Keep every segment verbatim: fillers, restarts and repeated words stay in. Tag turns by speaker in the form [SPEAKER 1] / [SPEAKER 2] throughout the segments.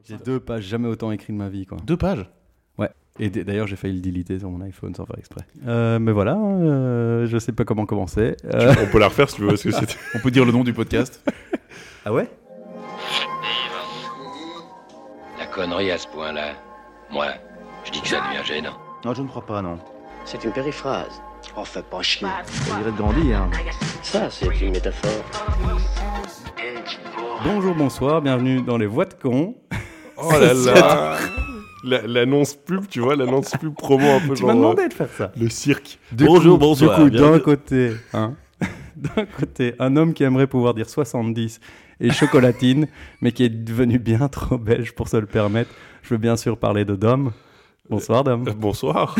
[SPEAKER 1] J'ai deux pages, jamais autant écrit de ma vie, quoi.
[SPEAKER 2] Deux pages?
[SPEAKER 1] Ouais. Et d- d'ailleurs, j'ai failli le déliter sur mon iPhone sans faire exprès. Euh, mais voilà, euh, je sais pas comment commencer. Euh...
[SPEAKER 3] On peut la refaire si tu veux. Parce que c'était...
[SPEAKER 2] On peut dire le nom du podcast.
[SPEAKER 1] Ah ouais?
[SPEAKER 4] La connerie à ce point-là, moi, je dis que ça devient gênant.
[SPEAKER 5] Non, je ne crois pas, non.
[SPEAKER 6] C'est une périphrase. Oh, fais pas chier.
[SPEAKER 5] On dirait de grandir. Hein.
[SPEAKER 6] Ça, c'est une métaphore.
[SPEAKER 1] Bonjour, bonsoir, bienvenue dans les voix de cons.
[SPEAKER 3] Oh là là. La, l'annonce pub, tu vois, l'annonce pub promo un peu
[SPEAKER 1] Tu
[SPEAKER 3] genre...
[SPEAKER 1] m'as demandé de faire ça.
[SPEAKER 3] Le cirque.
[SPEAKER 1] Du
[SPEAKER 3] Bonjour,
[SPEAKER 1] coup,
[SPEAKER 3] bonsoir.
[SPEAKER 1] Du coup,
[SPEAKER 3] bienvenue.
[SPEAKER 1] d'un côté, hein, d'un côté, un homme qui aimerait pouvoir dire soixante-dix et chocolatine, mais qui est devenu bien trop belge pour se le permettre. Je veux bien sûr parler de Dom. Bonsoir, Dom.
[SPEAKER 3] Euh, bonsoir.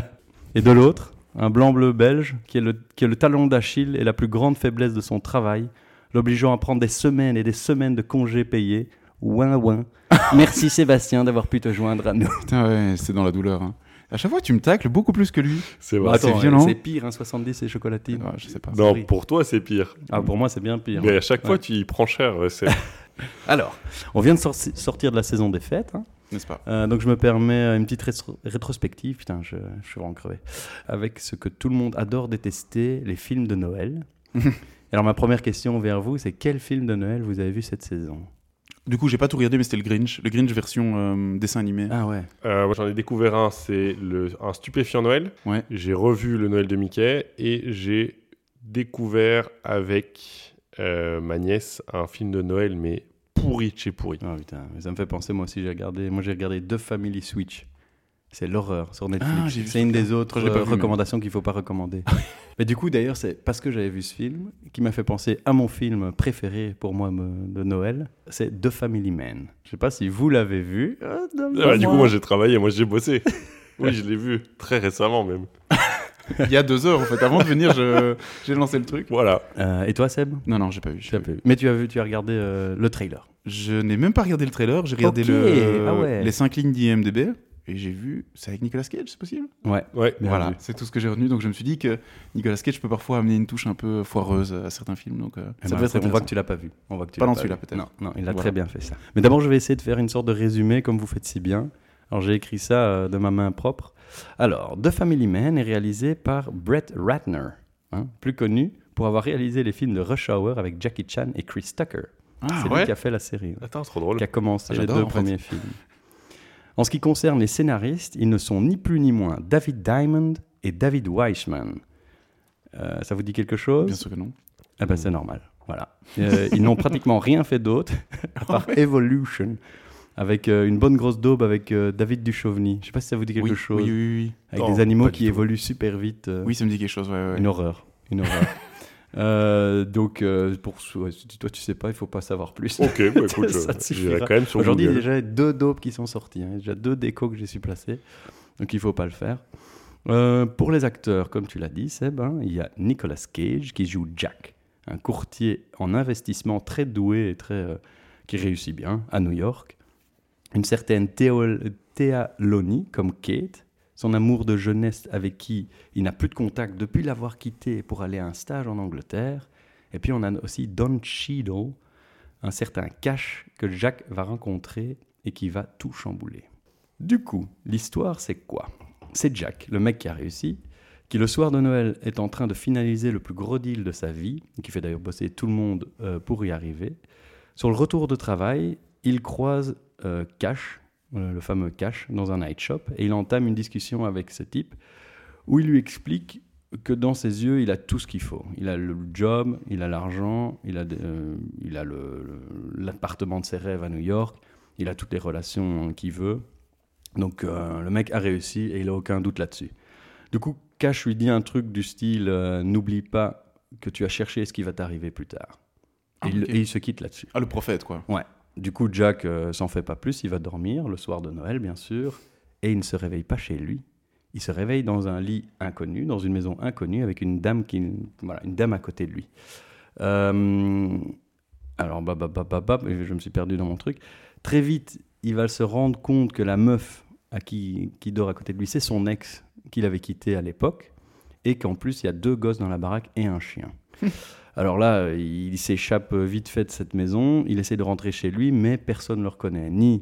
[SPEAKER 1] Et de l'autre, un blanc-bleu belge qui est, le, qui est le talon d'Achille et la plus grande faiblesse de son travail, l'obligeant à prendre des semaines et des semaines de congés payés. Ouin, ouin. Merci Sébastien d'avoir pu te joindre à nous.
[SPEAKER 2] Putain, ouais, c'est dans la douleur. Hein. À chaque fois, tu me tacles beaucoup plus que lui.
[SPEAKER 3] C'est
[SPEAKER 1] Bah,
[SPEAKER 3] vrai.
[SPEAKER 1] attends,
[SPEAKER 2] c'est violent.
[SPEAKER 1] c'est pire, hein, soixante-dix et chocolatine.
[SPEAKER 2] Ouais, je sais pas.
[SPEAKER 3] Non,
[SPEAKER 1] sorry.
[SPEAKER 3] pour toi, c'est pire.
[SPEAKER 1] Ah, pour moi, c'est bien pire.
[SPEAKER 3] Mais à chaque fois,
[SPEAKER 1] Ouais.
[SPEAKER 3] tu y prends cher. ouais, C'est...
[SPEAKER 1] Alors, on vient de sor- sortir de la saison des fêtes, hein.
[SPEAKER 2] N'est-ce pas?
[SPEAKER 1] Euh, donc je me permets une petite rétro- rétrospective, putain, je, je suis vraiment crevé, avec ce que tout le monde adore détester, les films de Noël. Alors ma première question vers vous, c'est quel film de Noël vous avez vu cette saison?
[SPEAKER 2] Du coup, j'ai pas tout regardé, mais c'était le Grinch. Le Grinch version euh, dessin animé.
[SPEAKER 1] Ah ouais.
[SPEAKER 3] Euh, moi, j'en ai découvert un, c'est le, un stupéfiant Noël.
[SPEAKER 2] Ouais.
[SPEAKER 3] J'ai revu le Noël de Mickey et j'ai découvert avec euh, ma nièce un film de Noël, mais pourri de chez pourri.
[SPEAKER 1] Ah putain, mais ça me fait penser, moi aussi j'ai regardé, moi j'ai regardé The Family Switch. C'est l'horreur sur Netflix.
[SPEAKER 2] Ah, j'ai vu
[SPEAKER 1] c'est
[SPEAKER 2] ce
[SPEAKER 1] une
[SPEAKER 2] truc-là.
[SPEAKER 1] des autres
[SPEAKER 2] Je l'ai pas
[SPEAKER 1] euh,
[SPEAKER 2] vu, mais-
[SPEAKER 1] recommandations qu'il faut pas recommander. Mais du coup, d'ailleurs, c'est parce que j'avais vu ce film qui m'a fait penser à mon film préféré pour moi me- de Noël, c'est The Family Man. Je sais pas si vous l'avez vu. Ah, non,
[SPEAKER 3] Ah, bah, du
[SPEAKER 1] moi.
[SPEAKER 3] coup, moi, j'ai travaillé, moi, j'ai bossé. Oui, je l'ai vu très récemment même.
[SPEAKER 2] Il y a deux heures, en fait. Avant de venir, je... j'ai lancé le truc.
[SPEAKER 3] Voilà.
[SPEAKER 1] Euh, et toi, Seb?
[SPEAKER 2] Non, non, j'ai pas vu. j'ai
[SPEAKER 1] Tu as
[SPEAKER 2] pas
[SPEAKER 1] pas
[SPEAKER 2] vu.
[SPEAKER 1] vu. Mais tu as vu, tu as regardé euh, le trailer.
[SPEAKER 2] Je n'ai même pas regardé le trailer. J'ai regardé
[SPEAKER 1] Ok,
[SPEAKER 2] le...
[SPEAKER 1] ah ouais.
[SPEAKER 2] les cinq lignes d'I M D B. Et j'ai vu... C'est avec Nicolas Cage, c'est possible?
[SPEAKER 1] Ouais.
[SPEAKER 3] Ouais.
[SPEAKER 1] Bien
[SPEAKER 2] Voilà,
[SPEAKER 1] vu.
[SPEAKER 2] c'est tout ce que j'ai retenu. Donc je me suis dit que Nicolas Cage peut parfois amener une touche un peu foireuse à certains films. Donc, euh,
[SPEAKER 1] Eh
[SPEAKER 2] ça
[SPEAKER 1] ben,
[SPEAKER 2] devait être
[SPEAKER 1] on voit
[SPEAKER 2] intéressant.
[SPEAKER 1] que tu l'as pas vu. On voit que tu
[SPEAKER 2] Pas
[SPEAKER 1] l'as
[SPEAKER 2] dans celui-là,
[SPEAKER 1] vu.
[SPEAKER 2] peut-être.
[SPEAKER 1] Non, non, il a
[SPEAKER 2] Voilà.
[SPEAKER 1] très bien fait ça. Mais d'abord, je vais essayer de faire une sorte de résumé comme vous faites si bien. Alors, j'ai écrit ça euh, de ma main propre. Alors, The Family Man est réalisé par Brett Ratner, hein, plus connu pour avoir réalisé les films de Rush Hour avec Jackie Chan et Chris Tucker.
[SPEAKER 2] Ah,
[SPEAKER 1] C'est
[SPEAKER 2] ouais.
[SPEAKER 1] lui qui a fait la série, hein,
[SPEAKER 3] Attends, trop drôle.
[SPEAKER 1] qui a commencé
[SPEAKER 2] Ah,
[SPEAKER 1] les
[SPEAKER 2] j'adore,
[SPEAKER 1] deux
[SPEAKER 2] en fait.
[SPEAKER 1] premiers films. En ce qui concerne les scénaristes, ils ne sont ni plus ni moins David Diamond et David Weissman. Euh, ça vous dit quelque chose?
[SPEAKER 2] Bien sûr que non.
[SPEAKER 1] Ah ben c'est normal, voilà. Euh, ils n'ont pratiquement rien fait d'autre, à part Evolution, avec euh, une bonne grosse daube avec euh, David Duchovny. Je sais pas si ça vous dit quelque
[SPEAKER 2] oui,
[SPEAKER 1] chose.
[SPEAKER 2] Oui, oui, oui.
[SPEAKER 1] Avec
[SPEAKER 3] Non,
[SPEAKER 1] des animaux
[SPEAKER 3] pas
[SPEAKER 1] qui
[SPEAKER 3] du tout.
[SPEAKER 1] évoluent super vite. euh,
[SPEAKER 2] Oui, ça me dit quelque chose. Ouais, ouais.
[SPEAKER 1] Une horreur, une horreur. Euh, donc, euh, pour, ouais, si toi tu sais pas, il faut pas savoir plus.
[SPEAKER 3] Ok, bah écoute,
[SPEAKER 1] Ça
[SPEAKER 3] je,
[SPEAKER 1] te
[SPEAKER 3] j'irai
[SPEAKER 1] suffira.
[SPEAKER 3] quand même sur
[SPEAKER 1] Aujourd'hui, il y a
[SPEAKER 3] Google.
[SPEAKER 1] déjà deux daubes qui sont sorties. Hein. Il y a déjà deux décos que j'ai su placer. Donc, il faut pas le faire. Euh, pour les acteurs, comme tu l'as dit, Seb, hein, il y a Nicolas Cage qui joue Jack, un courtier en investissement très doué et très, euh, qui réussit bien à New York. Une certaine Théo- Théa Loni comme Kate, son amour de jeunesse avec qui il n'a plus de contact depuis l'avoir quitté pour aller à un stage en Angleterre. Et puis on a aussi Don Cheadle, un certain Cash que Jack va rencontrer et qui va tout chambouler. Du coup, l'histoire c'est quoi? C'est Jack, le mec qui a réussi, qui le soir de Noël est en train de finaliser le plus gros deal de sa vie, qui fait d'ailleurs bosser tout le monde euh, pour y arriver. Sur le retour de travail, il croise euh, Cash, euh, le fameux Cash, dans un night shop, et il entame une discussion avec ce type, où il lui explique que dans ses yeux, il a tout ce qu'il faut. Il a le job, il a l'argent, il a, euh, il a le, le, l'appartement de ses rêves à New York, il a toutes les relations qu'il veut. Donc euh, le mec a réussi et il n'a aucun doute là-dessus. Du coup, Cash lui dit un truc du style euh, « N'oublie pas que tu as cherché ce qui va t'arriver plus tard. »
[SPEAKER 2] Ah,
[SPEAKER 1] et, il-
[SPEAKER 2] ok.
[SPEAKER 1] et il se quitte là-dessus.
[SPEAKER 2] Ah, le prophète, quoi.
[SPEAKER 1] Ouais. Du coup, Jack euh, s'en fait pas plus, il va dormir le soir de Noël, bien sûr, et il ne se réveille pas chez lui. Il se réveille dans un lit inconnu, dans une maison inconnue, avec une dame, qui, voilà, une dame à côté de lui. Euh, alors, bah, bah, bah, bah, bah, je me suis perdu dans mon truc. Très vite, il va se rendre compte que la meuf à qui, qui dort à côté de lui, c'est son ex qu'il avait quitté à l'époque, et qu'en plus, il y a deux gosses dans la baraque et un chien. Alors là, il s'échappe vite fait de cette maison, il essaie de rentrer chez lui, mais personne ne le reconnaît, ni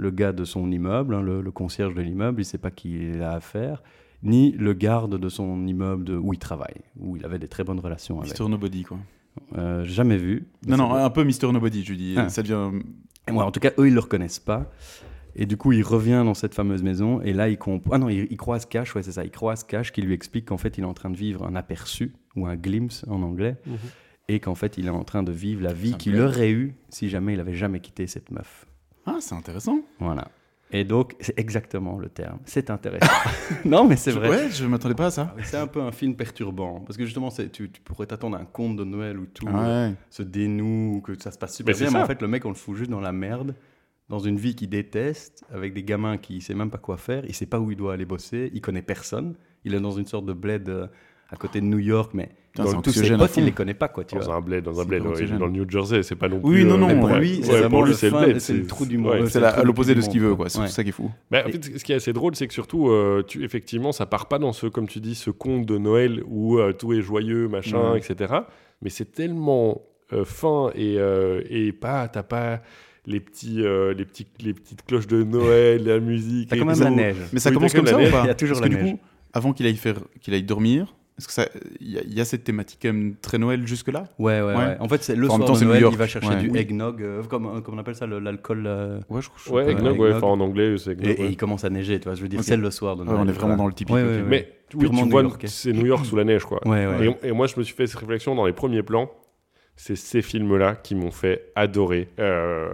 [SPEAKER 1] le gars de son immeuble, hein, le, le concierge de l'immeuble, il ne sait pas qui il a affaire, ni le garde de son immeuble de, où il travaille, où il avait des très bonnes relations avec.
[SPEAKER 2] Mister Nobody, quoi.
[SPEAKER 1] Euh, jamais vu.
[SPEAKER 2] Non, non,
[SPEAKER 1] C'est-
[SPEAKER 2] un peu Mister Nobody, je dis.
[SPEAKER 1] Ah.
[SPEAKER 2] Ça devient...
[SPEAKER 1] Et moi, en tout cas, eux, ils le reconnaissent pas. Et du coup, il revient dans cette fameuse maison. Et là, il comp... ah non, il, il croise Cash. Ouais, c'est ça. Il croise Cash qui lui explique qu'en fait, il est en train de vivre un aperçu ou un glimpse en anglais,
[SPEAKER 3] Mhm.
[SPEAKER 1] et qu'en fait, il est en train de vivre la vie
[SPEAKER 2] C'est un
[SPEAKER 1] qu'il
[SPEAKER 2] bled.
[SPEAKER 1] aurait eue si jamais il avait jamais quitté cette meuf.
[SPEAKER 2] Ah, c'est intéressant.
[SPEAKER 1] Voilà. Et donc, c'est exactement le terme. C'est intéressant. Non, mais c'est
[SPEAKER 2] Je-
[SPEAKER 1] vrai.
[SPEAKER 2] Ouais, je m'attendais pas à ça.
[SPEAKER 1] Ah oui, c'est un peu un film perturbant. Parce que justement, c'est, tu, tu pourrais t'attendre à un conte de Noël où tout euh,
[SPEAKER 2] Ouais.
[SPEAKER 1] se dénoue, que ça se passe super
[SPEAKER 3] Mais c'est
[SPEAKER 1] bien. Mais
[SPEAKER 3] ça.
[SPEAKER 1] en fait, le mec, on le fout juste dans la merde, dans une vie qu'il déteste, avec des gamins qui ne sait même pas quoi faire. Il sait pas où il doit aller bosser. Il connaît personne. Il est dans une sorte de bled euh, à côté de New York, mais
[SPEAKER 2] Putain,
[SPEAKER 1] dans
[SPEAKER 2] c'est
[SPEAKER 1] tous ses
[SPEAKER 2] anxiogène à
[SPEAKER 1] potes,
[SPEAKER 2] fond.
[SPEAKER 1] il les connaît pas, quoi. Tu
[SPEAKER 3] Dans
[SPEAKER 1] vois.
[SPEAKER 3] un bled, dans un
[SPEAKER 2] C'est
[SPEAKER 3] bled,
[SPEAKER 2] hyper
[SPEAKER 3] ouais, il est
[SPEAKER 2] anxiogène.
[SPEAKER 3] dans le New Jersey, c'est pas non
[SPEAKER 2] Oui,
[SPEAKER 3] plus.
[SPEAKER 2] non, non,
[SPEAKER 1] Mais pour
[SPEAKER 2] ouais.
[SPEAKER 1] lui, c'est
[SPEAKER 3] Ouais,
[SPEAKER 1] vraiment
[SPEAKER 3] pour lui,
[SPEAKER 1] le
[SPEAKER 3] c'est le
[SPEAKER 1] fin-
[SPEAKER 3] bled,
[SPEAKER 1] c'est le
[SPEAKER 3] c'est-
[SPEAKER 1] trou du
[SPEAKER 3] ouais.
[SPEAKER 1] monde.
[SPEAKER 2] C'est
[SPEAKER 1] le
[SPEAKER 2] la-
[SPEAKER 1] trou
[SPEAKER 2] à
[SPEAKER 1] du
[SPEAKER 2] l'opposé de
[SPEAKER 1] monde,
[SPEAKER 2] ce qu'il veut,
[SPEAKER 1] quoi.
[SPEAKER 2] quoi. C'est
[SPEAKER 1] Ouais.
[SPEAKER 2] ça qui est fou.
[SPEAKER 3] Bah, en fait, ce qui est assez drôle, c'est que surtout, euh, tu, effectivement, ça part pas dans ce, comme tu dis, ce conte de Noël où euh, tout est joyeux, machin,
[SPEAKER 1] Ouais.
[SPEAKER 3] et cetera. Mais c'est tellement euh, fin et, euh, et pas, t'as pas les petits, euh, les petits, les petites cloches de Noël, la musique.
[SPEAKER 1] T'as
[SPEAKER 3] et
[SPEAKER 1] quand même
[SPEAKER 3] tout.
[SPEAKER 1] la neige.
[SPEAKER 2] Mais ça
[SPEAKER 3] Oui,
[SPEAKER 2] commence
[SPEAKER 3] t'as
[SPEAKER 2] comme
[SPEAKER 3] quand
[SPEAKER 2] ça
[SPEAKER 3] même
[SPEAKER 2] ou
[SPEAKER 3] la
[SPEAKER 2] pas
[SPEAKER 1] neige. Il y a toujours
[SPEAKER 2] Parce
[SPEAKER 1] la
[SPEAKER 2] que du
[SPEAKER 1] neige.
[SPEAKER 2] coup, avant qu'il aille faire, qu'il aille dormir, est-ce que ça, il y, a- il y a cette thématique quand même très Noël jusque là?
[SPEAKER 1] Ouais, ouais, ouais,
[SPEAKER 2] Ouais.
[SPEAKER 1] En fait, c'est le
[SPEAKER 2] Enfin, en même
[SPEAKER 1] soir
[SPEAKER 2] temps,
[SPEAKER 1] de
[SPEAKER 2] c'est New
[SPEAKER 1] Noël,
[SPEAKER 2] York.
[SPEAKER 1] il va chercher
[SPEAKER 2] Ouais.
[SPEAKER 1] du
[SPEAKER 2] Oui.
[SPEAKER 1] eggnog, euh, comme, comme on appelle ça, le- l'alcool. euh,
[SPEAKER 2] Ouais, je crois.
[SPEAKER 3] Ouais,
[SPEAKER 1] Ouais,
[SPEAKER 3] eggnog, ouais,
[SPEAKER 1] eggnog.
[SPEAKER 3] enfin en anglais, c'est eggnog.
[SPEAKER 1] et, et
[SPEAKER 3] ouais.
[SPEAKER 1] il commence à neiger, tu vois. Je veux dire,
[SPEAKER 2] Ok.
[SPEAKER 1] c'est le soir de
[SPEAKER 2] Ouais,
[SPEAKER 1] Noël.
[SPEAKER 2] on est vraiment
[SPEAKER 1] quoi.
[SPEAKER 2] dans le typique.
[SPEAKER 1] Ouais,
[SPEAKER 2] ok.
[SPEAKER 1] ouais, ouais.
[SPEAKER 3] Mais oui,
[SPEAKER 1] Purement
[SPEAKER 3] tu vois,
[SPEAKER 1] new-yorkais.
[SPEAKER 3] c'est New York sous la neige, quoi.
[SPEAKER 1] Ouais, ouais.
[SPEAKER 3] Et, et moi, je me suis fait cette réflexion dans les premiers plans. C'est ces films-là qui m'ont fait adorer euh,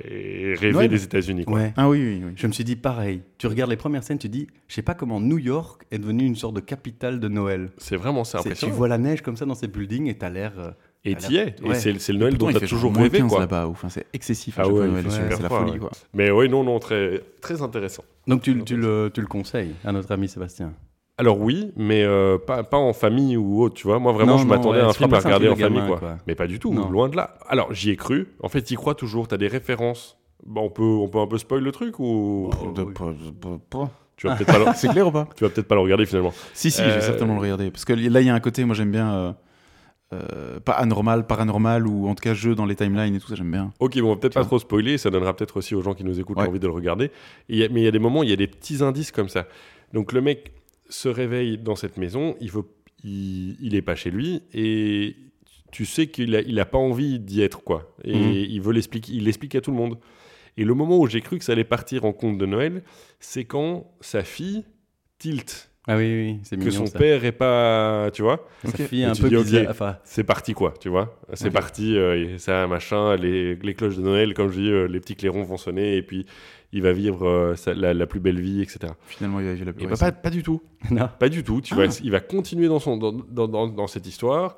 [SPEAKER 3] et rêver
[SPEAKER 2] Noël.
[SPEAKER 3] des États-Unis. Quoi.
[SPEAKER 1] Ouais.
[SPEAKER 2] Ah oui, oui, oui.
[SPEAKER 1] Je me suis dit pareil. Tu regardes les premières scènes, tu dis, je sais pas comment New York est devenue une sorte de capitale de Noël.
[SPEAKER 3] C'est vraiment ça
[SPEAKER 1] C'est- Tu
[SPEAKER 3] impressionnant.
[SPEAKER 1] vois la neige comme ça dans ces buildings et t'as l'air. euh,
[SPEAKER 3] Et
[SPEAKER 1] t'as
[SPEAKER 3] t'y
[SPEAKER 1] l'air-
[SPEAKER 3] es. Et
[SPEAKER 1] ouais.
[SPEAKER 3] c'est c'est le Noël
[SPEAKER 2] Pourtant,
[SPEAKER 3] dont
[SPEAKER 2] il
[SPEAKER 3] t'as
[SPEAKER 2] fait genre
[SPEAKER 3] toujours
[SPEAKER 2] moins
[SPEAKER 3] rêvé.
[SPEAKER 2] quinze
[SPEAKER 3] Quoi.
[SPEAKER 2] là-bas. Enfin, c'est excessif. à
[SPEAKER 3] Ah
[SPEAKER 2] chaque fois,
[SPEAKER 3] ouais,
[SPEAKER 2] Noël.
[SPEAKER 3] il fait
[SPEAKER 2] C'est
[SPEAKER 3] super
[SPEAKER 2] c'est la
[SPEAKER 3] froid,
[SPEAKER 2] folie,
[SPEAKER 3] ouais.
[SPEAKER 2] quoi.
[SPEAKER 3] Mais oui, non, non, très, très intéressant.
[SPEAKER 1] Donc tu, tu le, tu le conseilles à notre ami Sébastien.
[SPEAKER 3] Alors oui, mais euh, pas, pas en famille ou autre, tu vois. Moi, vraiment,
[SPEAKER 1] Non,
[SPEAKER 3] je
[SPEAKER 1] non,
[SPEAKER 3] m'attendais
[SPEAKER 1] ouais,
[SPEAKER 3] à un
[SPEAKER 1] c'est
[SPEAKER 3] film
[SPEAKER 1] pas
[SPEAKER 3] à
[SPEAKER 1] ça, un
[SPEAKER 3] regarder en
[SPEAKER 1] film de
[SPEAKER 3] famille,
[SPEAKER 1] gamin,
[SPEAKER 3] quoi.
[SPEAKER 1] quoi.
[SPEAKER 3] Mais pas du tout,
[SPEAKER 1] Non.
[SPEAKER 3] loin de là. Alors, j'y ai cru. En fait, y crois toujours. T'as des références. Bon, on, peut, on peut un peu spoil le truc ou...
[SPEAKER 2] De-
[SPEAKER 1] oui.
[SPEAKER 2] pas- pas- pas.
[SPEAKER 3] Tu vas peut-être pas, le-
[SPEAKER 2] C'est clair ou pas?
[SPEAKER 3] tu vas peut-être pas le regarder finalement.
[SPEAKER 2] Si, si, je
[SPEAKER 3] Euh,
[SPEAKER 2] vais certainement le regarder. Parce que là, il y a un côté, moi, j'aime bien. euh, euh, pas anormal, paranormal, ou en tout cas jeu dans les timelines et tout ça, j'aime bien.
[SPEAKER 3] Ok, bon, on va peut-être
[SPEAKER 2] Tu
[SPEAKER 3] pas
[SPEAKER 2] vois.
[SPEAKER 3] trop spoiler, ça donnera peut-être aussi aux gens qui nous écoutent
[SPEAKER 2] Ouais.
[SPEAKER 3] envie de le regarder. Et il y a- mais il y a des moments, il y a des petits indices comme ça. Donc le mec se réveille dans cette maison, il veut, il, il est pas chez lui et tu sais qu'il a, il a pas envie d'y être, quoi. Et
[SPEAKER 1] Mhm.
[SPEAKER 3] il veut l'expliquer, il l'explique à tout le monde. Et le moment où j'ai cru que ça allait partir en conte de Noël, c'est quand sa fille tilt,
[SPEAKER 1] Ah oui, oui, c'est
[SPEAKER 3] que
[SPEAKER 1] mignon
[SPEAKER 3] son
[SPEAKER 1] ça.
[SPEAKER 3] père est pas, tu vois.
[SPEAKER 1] Sa
[SPEAKER 2] Ok.
[SPEAKER 1] fille est
[SPEAKER 3] Et
[SPEAKER 1] un
[SPEAKER 3] tu
[SPEAKER 1] peu
[SPEAKER 3] dis, ok.
[SPEAKER 1] bizarre. Enfin,
[SPEAKER 3] C'est parti, quoi, tu vois. C'est
[SPEAKER 2] Ok.
[SPEAKER 3] parti, euh, et ça, machin, les, les cloches de Noël, comme je dis, euh, les petits clairons vont sonner, et puis il va vivre euh, sa- la, la plus belle vie, et cetera.
[SPEAKER 2] Finalement, il y a, il y a la
[SPEAKER 3] Et
[SPEAKER 2] ouais,
[SPEAKER 3] bah,
[SPEAKER 2] ça-
[SPEAKER 3] pas, pas du tout,
[SPEAKER 1] non.
[SPEAKER 3] pas du tout. Tu
[SPEAKER 2] Ah.
[SPEAKER 3] vois, il va continuer dans, son, dans, dans, dans, dans cette histoire.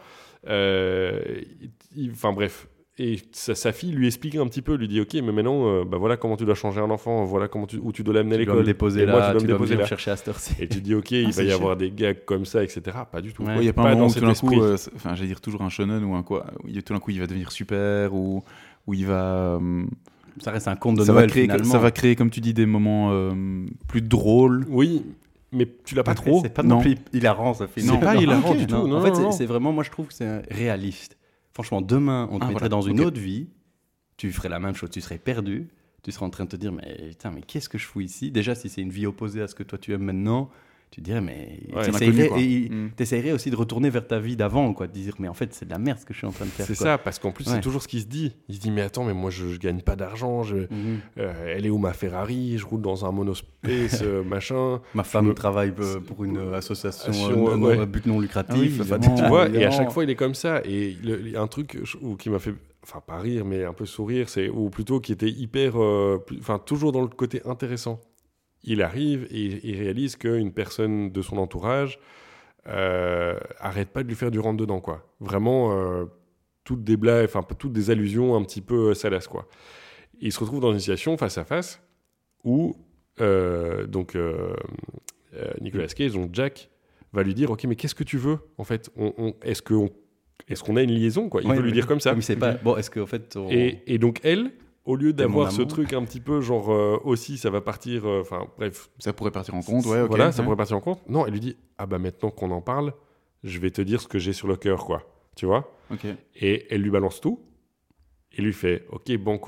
[SPEAKER 3] Euh, il- Enfin, bref. Et sa, sa fille lui explique un petit peu, lui dit, ok, mais maintenant, euh, bah, voilà comment tu dois changer un enfant, voilà comment tu, où tu dois l'amener à
[SPEAKER 1] Tu dois me
[SPEAKER 3] l'école.
[SPEAKER 1] déposer
[SPEAKER 3] Et moi,
[SPEAKER 1] là,
[SPEAKER 3] tu dois
[SPEAKER 1] tu
[SPEAKER 3] me
[SPEAKER 1] dois
[SPEAKER 3] déposer
[SPEAKER 1] venir
[SPEAKER 3] là.
[SPEAKER 1] me chercher à cette heure-ci.
[SPEAKER 3] Et tu te dis, ok, il va
[SPEAKER 2] c'est
[SPEAKER 3] y
[SPEAKER 2] chiant.
[SPEAKER 3] avoir des gags comme ça, et cetera. Pas du tout.
[SPEAKER 1] Ouais.
[SPEAKER 2] Ouais, il n'y a pas,
[SPEAKER 3] Pas
[SPEAKER 2] un moment
[SPEAKER 3] dans
[SPEAKER 2] où
[SPEAKER 3] cet
[SPEAKER 2] tout d'un coup,
[SPEAKER 3] esprit.
[SPEAKER 2] euh, c'est- enfin, j'allais dire toujours un shonen ou un quoi, où il- tout d'un coup il va devenir super, ou où il va, euh,
[SPEAKER 1] Ça reste un conte de
[SPEAKER 2] ça
[SPEAKER 1] Noël
[SPEAKER 2] va créer,
[SPEAKER 1] finalement.
[SPEAKER 2] ça va créer comme tu dis des moments euh, plus drôles.
[SPEAKER 3] Oui, mais tu l'as pas
[SPEAKER 1] Après,
[SPEAKER 3] trop.
[SPEAKER 1] C'est pas
[SPEAKER 2] Non.
[SPEAKER 1] non plus hilarant ce film.
[SPEAKER 3] C'est pas
[SPEAKER 1] Non.
[SPEAKER 3] hilarant
[SPEAKER 1] Ok.
[SPEAKER 3] du tout,
[SPEAKER 1] Non,
[SPEAKER 3] non,
[SPEAKER 1] en fait,
[SPEAKER 3] non,
[SPEAKER 1] c'est-
[SPEAKER 3] non.
[SPEAKER 1] c'est vraiment, moi je trouve que c'est réaliste. Franchement, demain, on te
[SPEAKER 2] Ah,
[SPEAKER 1] mettrait
[SPEAKER 2] voilà.
[SPEAKER 1] dans une
[SPEAKER 2] Ok.
[SPEAKER 1] autre vie, tu ferais la même chose, tu serais perdu, tu serais en train de te dire, mais putain, mais qu'est-ce que je fous ici? Déjà, si c'est une vie opposée à ce que toi tu aimes maintenant, tu te dirais, mais
[SPEAKER 3] Ouais,
[SPEAKER 2] c'est
[SPEAKER 1] t'essayerais,
[SPEAKER 2] l'inconnu, quoi.
[SPEAKER 1] et-
[SPEAKER 2] Mm.
[SPEAKER 1] t'essayerais aussi de retourner vers ta vie d'avant, quoi, de dire, mais en fait, c'est de la merde ce que je suis en train de faire.
[SPEAKER 3] C'est
[SPEAKER 1] quoi.
[SPEAKER 3] ça, parce qu'en plus,
[SPEAKER 1] Ouais.
[SPEAKER 3] c'est toujours ce qu'il se dit. Il se dit, mais attends, mais moi, je, je gagne pas d'argent. Je,
[SPEAKER 1] Mhm.
[SPEAKER 3] euh, elle est où ma Ferrari? Je roule dans un monospace, euh, machin.
[SPEAKER 1] Ma femme
[SPEAKER 3] me-
[SPEAKER 1] travaille euh, pour une euh, association
[SPEAKER 3] Association,
[SPEAKER 1] euh, non-
[SPEAKER 3] ouais.
[SPEAKER 1] à but non lucratif.
[SPEAKER 2] Ah oui,
[SPEAKER 1] Enfin,
[SPEAKER 2] évidemment.
[SPEAKER 3] Tu vois, et à
[SPEAKER 1] évidemment.
[SPEAKER 3] chaque fois, il est comme ça. Et le- il y a un truc je- ou qui m'a fait, enfin, pas rire, mais un peu sourire, c'est, ou plutôt qui était hyper, euh, plus- enfin, toujours dans le côté intéressant. Il arrive et il réalise qu'une personne de son entourage euh, arrête pas de lui faire du rentre-dedans, quoi. Vraiment, euh, toutes des blagues, enfin, toutes des allusions un petit peu euh, salaces, quoi. Et il se retrouve dans une situation face à face où, euh, donc, euh, euh, Nicolas Cage, donc Jack, va lui dire, ok, mais qu'est-ce que tu veux, en fait on, on- Est-ce qu'on est-ce qu'on a une liaison, quoi? Il
[SPEAKER 1] Ouais,
[SPEAKER 3] veut lui
[SPEAKER 1] ouais.
[SPEAKER 3] dire comme ça.
[SPEAKER 1] Comme il sait pas. Bon, est-ce qu'en fait. on-
[SPEAKER 3] Et, et donc, elle, au lieu
[SPEAKER 1] T'es mon
[SPEAKER 3] d'avoir ce
[SPEAKER 1] amant.
[SPEAKER 3] truc un petit peu, genre, euh, aussi, ça va partir, euh, enfin, bref,
[SPEAKER 2] Ça pourrait partir en compte, ouais, ok.
[SPEAKER 3] voilà, ça
[SPEAKER 2] ouais.
[SPEAKER 3] pourrait partir en compte. Non, elle lui dit, ah bah maintenant qu'on en parle, je vais te dire ce que j'ai sur le cœur, quoi. Tu vois?
[SPEAKER 2] Ok.
[SPEAKER 3] Et elle lui balance tout. Et lui fait, ok, banco,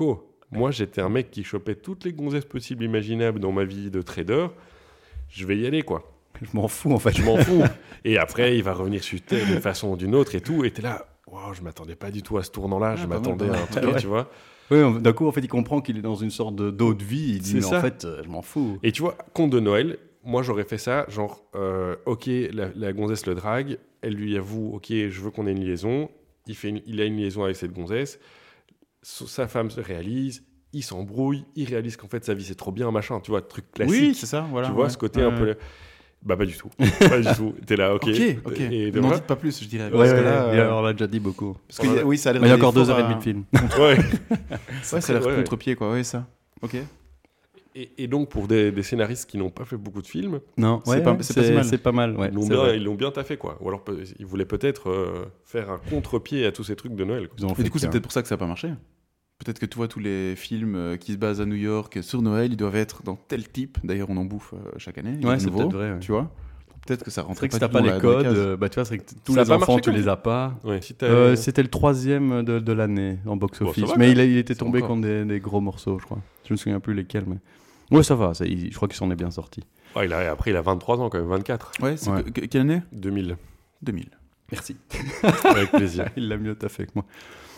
[SPEAKER 3] Moi, j'étais un mec qui chopait toutes les gonzesses possibles, imaginables dans ma vie de trader. Je vais y aller, quoi.
[SPEAKER 1] Je m'en fous, en fait.
[SPEAKER 3] Je m'en fous. Et après, il va revenir sur Terre d'une façon ou d'une autre et tout. Et t'es là, wow, je m'attendais pas du tout à ce tournant-là.
[SPEAKER 2] Ah,
[SPEAKER 3] je
[SPEAKER 2] pas
[SPEAKER 3] m'attendais
[SPEAKER 2] mal,
[SPEAKER 3] à un
[SPEAKER 2] pas
[SPEAKER 3] truc,
[SPEAKER 1] mal. Ouais.
[SPEAKER 3] tu vois.
[SPEAKER 1] Oui, on- d'un coup, en fait, il comprend qu'il est dans une sorte de d'eau de vie. Il dit,
[SPEAKER 3] C'est
[SPEAKER 1] mais
[SPEAKER 3] ça.
[SPEAKER 1] en fait, euh, je m'en fous.
[SPEAKER 3] Et tu vois, conte de Noël, moi, j'aurais fait ça, genre, euh, ok, la, la gonzesse le drague, elle lui avoue, ok, je veux qu'on ait une liaison. Il, fait une- il a une liaison avec cette gonzesse. So- sa femme se réalise, il s'embrouille, il réalise qu'en fait, sa vie, c'est trop bien, machin, tu vois, truc classique.
[SPEAKER 2] Oui, c'est ça, voilà.
[SPEAKER 3] tu vois,
[SPEAKER 2] ouais.
[SPEAKER 3] ce côté
[SPEAKER 2] Ouais,
[SPEAKER 3] un peu...
[SPEAKER 2] ouais.
[SPEAKER 3] Bah, pas du tout. Pas du tout. T'es là, ok.
[SPEAKER 2] Ok, ok.
[SPEAKER 3] Et de
[SPEAKER 2] N'en
[SPEAKER 3] vrai,
[SPEAKER 2] dites pas plus, je dirais.
[SPEAKER 1] Ouais,
[SPEAKER 2] Parce que
[SPEAKER 1] ouais,
[SPEAKER 2] là,
[SPEAKER 1] ouais,
[SPEAKER 2] euh,
[SPEAKER 1] on l'a déjà dit beaucoup.
[SPEAKER 2] parce que, oui, ça a l'air
[SPEAKER 1] Mais il y a
[SPEAKER 2] d'aller
[SPEAKER 1] encore deux
[SPEAKER 2] fort
[SPEAKER 1] heures et
[SPEAKER 2] à-
[SPEAKER 1] demie de film.
[SPEAKER 3] ouais.
[SPEAKER 2] Ouais, ça a l'air
[SPEAKER 3] Ouais, ouais.
[SPEAKER 2] contre-pied, quoi. Ouais, ça. Ok.
[SPEAKER 3] Et, et donc, pour des, des scénaristes qui n'ont pas fait beaucoup de films,
[SPEAKER 1] Non,
[SPEAKER 2] C'est
[SPEAKER 1] ouais,
[SPEAKER 2] pas-
[SPEAKER 1] ouais,
[SPEAKER 2] c'est pas si
[SPEAKER 1] c'est
[SPEAKER 2] mal.
[SPEAKER 1] c'est pas mal. Ouais,
[SPEAKER 3] ils l'ont
[SPEAKER 1] c'est
[SPEAKER 3] bien,
[SPEAKER 1] vrai.
[SPEAKER 3] ils l'ont bien taffé, quoi. Ou alors, pe- ils voulaient peut-être euh, faire un contre-pied à tous ces trucs de Noël, quoi.
[SPEAKER 1] Ils ont
[SPEAKER 2] Et
[SPEAKER 1] fait
[SPEAKER 2] du coup, c'est
[SPEAKER 1] qu'un.
[SPEAKER 2] peut-être pour ça que ça n'a pas marché. Peut-être que tu vois tous les films euh, qui se basent à New York sur Noël, ils doivent être dans tel type. D'ailleurs, on en bouffe euh, chaque année. il y en a
[SPEAKER 1] Ouais,
[SPEAKER 2] de
[SPEAKER 1] c'est
[SPEAKER 2] nouveaux,
[SPEAKER 1] peut-être vrai. ouais.
[SPEAKER 2] Tu vois. Peut-être que ça
[SPEAKER 1] C'est
[SPEAKER 2] rentrait
[SPEAKER 1] vrai que si
[SPEAKER 2] pas
[SPEAKER 1] t'as
[SPEAKER 2] du
[SPEAKER 1] pas
[SPEAKER 2] tout dans
[SPEAKER 1] les
[SPEAKER 2] la- dans la
[SPEAKER 1] codes,
[SPEAKER 2] case.
[SPEAKER 1] euh, bah tu vois, c'est vrai que t- tous
[SPEAKER 3] Ça a
[SPEAKER 1] les
[SPEAKER 3] pas
[SPEAKER 1] enfants,
[SPEAKER 3] marché
[SPEAKER 1] tu
[SPEAKER 3] comme
[SPEAKER 1] les
[SPEAKER 3] ça.
[SPEAKER 1] as pas.
[SPEAKER 3] Ouais, si t'as-
[SPEAKER 1] Euh, C'était le troisième de, de l'année en
[SPEAKER 3] Bon,
[SPEAKER 1] box-office.
[SPEAKER 3] ça va,
[SPEAKER 1] mais
[SPEAKER 3] quand
[SPEAKER 1] il, a- il était
[SPEAKER 2] C'est
[SPEAKER 1] tombé
[SPEAKER 2] encore.
[SPEAKER 1] contre des, des gros morceaux, je crois. Je me souviens plus lesquels, mais. Ouais, ça va. ça- il- je crois qu'il s'en est bien sorti.
[SPEAKER 3] Ah, il a, après, il a vingt-trois ans, quand même, vingt-quatre.
[SPEAKER 2] Ouais, c'est
[SPEAKER 1] Ouais.
[SPEAKER 2] que- que- quelle année
[SPEAKER 3] deux mille.
[SPEAKER 2] deux mille.
[SPEAKER 1] Merci.
[SPEAKER 3] Avec plaisir.
[SPEAKER 1] Il l'a mieux taffé que moi.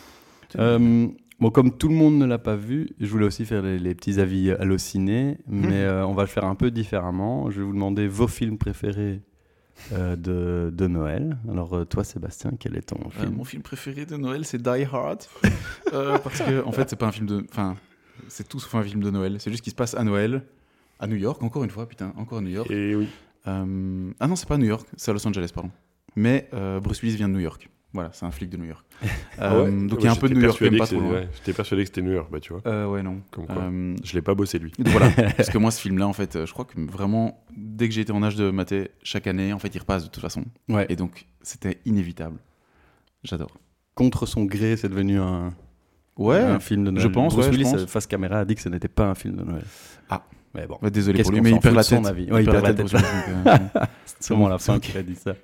[SPEAKER 1] Euh, bon, comme tout le monde ne l'a pas vu, je voulais aussi faire les, les petits avis hallucinés, mais euh, on va le faire un peu différemment. Je vais vous demander vos films préférés euh, de, de Noël. Alors, euh, toi, Sébastien, quel est ton
[SPEAKER 2] Euh,
[SPEAKER 1] film
[SPEAKER 2] mon film préféré de Noël, c'est Die Hard. Euh, parce que, en fait, c'est pas un film de. Enfin, c'est tout sauf un film de Noël. C'est juste qu'il se passe à Noël, à New York, encore une fois, putain, encore à New York.
[SPEAKER 3] Et oui.
[SPEAKER 2] Euh, Ah non, c'est pas à New York, c'est à Los Angeles, pardon. Mais euh, Bruce Willis vient de New York. Voilà, c'est un flic de New York.
[SPEAKER 3] Ah
[SPEAKER 2] Euh,
[SPEAKER 3] ouais
[SPEAKER 2] donc il y a un
[SPEAKER 3] Ouais,
[SPEAKER 2] peu de
[SPEAKER 3] j'étais
[SPEAKER 2] New York,
[SPEAKER 3] persuadé
[SPEAKER 2] même pas
[SPEAKER 3] que
[SPEAKER 2] trop
[SPEAKER 3] c'était-
[SPEAKER 2] loin.
[SPEAKER 3] ouais, J'étais persuadé que c'était New York, bah tu vois.
[SPEAKER 2] Euh, ouais, non.
[SPEAKER 3] Comme quoi.
[SPEAKER 2] Euh,
[SPEAKER 3] Je l'ai pas bossé, lui.
[SPEAKER 2] donc voilà, parce que moi, ce film-là, en fait, euh, je crois que vraiment, dès que j'ai été en âge de mater, chaque année, en fait, il repasse de toute façon.
[SPEAKER 1] Ouais.
[SPEAKER 2] Et donc, c'était inévitable. J'adore.
[SPEAKER 1] Contre son gré, c'est devenu un,
[SPEAKER 2] Ouais,
[SPEAKER 1] un film de Noël.
[SPEAKER 2] je pense,
[SPEAKER 1] Bruce
[SPEAKER 2] ouais, je
[SPEAKER 1] Willis,
[SPEAKER 2] pense.
[SPEAKER 1] euh, face caméra, a dit que ce n'était pas un film de Noël.
[SPEAKER 2] Ah.
[SPEAKER 1] Mais bon,
[SPEAKER 2] bah, désolé
[SPEAKER 1] Qu'est-ce
[SPEAKER 2] pour lui,
[SPEAKER 1] qu'on
[SPEAKER 2] mais
[SPEAKER 1] s'en
[SPEAKER 2] il perd
[SPEAKER 1] fout
[SPEAKER 2] la
[SPEAKER 1] de son
[SPEAKER 2] tête.
[SPEAKER 1] avis.
[SPEAKER 2] Il
[SPEAKER 1] Ouais, il
[SPEAKER 2] perd la
[SPEAKER 1] perd
[SPEAKER 2] tête,
[SPEAKER 1] la
[SPEAKER 2] Bruce Willis, donc, euh,
[SPEAKER 1] c'est sûrement
[SPEAKER 2] bon,
[SPEAKER 1] la
[SPEAKER 2] c'est
[SPEAKER 1] fin
[SPEAKER 2] ok.
[SPEAKER 1] qu'il a dit ça.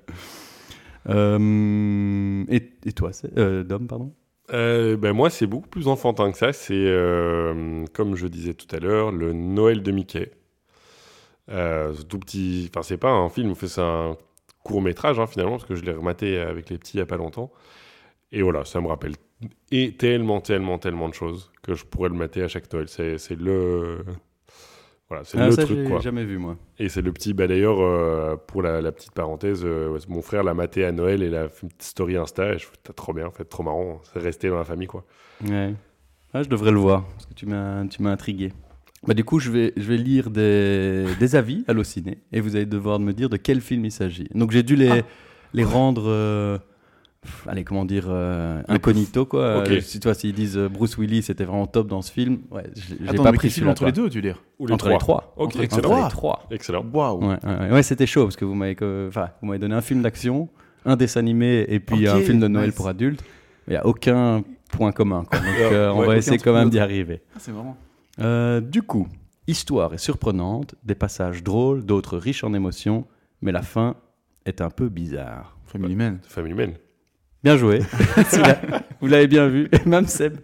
[SPEAKER 1] Euh, et, et toi, c'est, euh, Dom, pardon
[SPEAKER 3] Euh, ben moi, c'est beaucoup plus enfantin que ça. C'est, euh, comme je disais tout à l'heure, le Noël de Mickey. Euh, ce tout petit... Enfin, c'est pas un film, c'est un court-métrage, hein, finalement, parce que je l'ai rematé avec les petits il y a pas longtemps. Et voilà, ça me rappelle et tellement, tellement, tellement de choses que je pourrais le mater à chaque Noël. C'est, c'est le... Voilà, c'est
[SPEAKER 1] Ah,
[SPEAKER 3] le
[SPEAKER 1] ça,
[SPEAKER 3] truc,
[SPEAKER 1] j'ai
[SPEAKER 3] quoi.
[SPEAKER 1] jamais vu, moi.
[SPEAKER 3] Et c'est le petit... Bah, d'ailleurs, euh, pour la, la petite parenthèse, euh, ouais, mon frère l'a maté à Noël et il a fait une petite story Insta. Et je fais, trop bien, en fait, trop marrant. C'est resté dans la famille, quoi.
[SPEAKER 1] Ouais. Ah, je devrais le voir, parce que tu m'as, tu m'as intrigué. Bah, du coup, je vais, je vais lire des, des avis hallucinés, et vous allez devoir me dire de quel film il s'agit. Donc, j'ai dû les,
[SPEAKER 2] Ah.
[SPEAKER 1] les rendre... euh, pff, allez, comment dire, euh, incognito, quoi.
[SPEAKER 3] Ok.
[SPEAKER 1] Euh, si toi, s'ils disent euh, Bruce Willis était vraiment top dans ce film, ouais, j'ai, j'ai
[SPEAKER 2] Attends,
[SPEAKER 1] pas
[SPEAKER 2] mais
[SPEAKER 1] pris
[SPEAKER 2] quel film
[SPEAKER 1] celui-là,
[SPEAKER 2] entre les
[SPEAKER 1] quoi.
[SPEAKER 2] deux, tu veux dire
[SPEAKER 3] Ou les
[SPEAKER 1] Entre les trois.
[SPEAKER 3] Ok,
[SPEAKER 2] Entre-
[SPEAKER 3] excellent.
[SPEAKER 1] Entre les trois.
[SPEAKER 3] Excellent.
[SPEAKER 2] Waouh.
[SPEAKER 1] Ouais, ouais, ouais. Ouais, c'était chaud parce que vous m'avez, que- enfin, vous m'avez donné un film d'action, un dessin animé et puis
[SPEAKER 2] Ok,
[SPEAKER 1] un film de Noël
[SPEAKER 2] nice.
[SPEAKER 1] pour adultes. Il n'y a aucun point commun, quoi. Donc, euh, on
[SPEAKER 3] Ouais,
[SPEAKER 1] va
[SPEAKER 2] aucun
[SPEAKER 1] essayer
[SPEAKER 2] truc
[SPEAKER 1] quand même
[SPEAKER 2] d'autre.
[SPEAKER 1] d'y arriver.
[SPEAKER 2] Ah, c'est marrant.
[SPEAKER 1] Euh, du coup, histoire est surprenante, des passages drôles, d'autres riches en émotions, mais la fin est un peu bizarre.
[SPEAKER 2] Family Man.
[SPEAKER 3] Family Man.
[SPEAKER 1] Bien joué. Celui-là, vous l'avez bien vu, même Seb.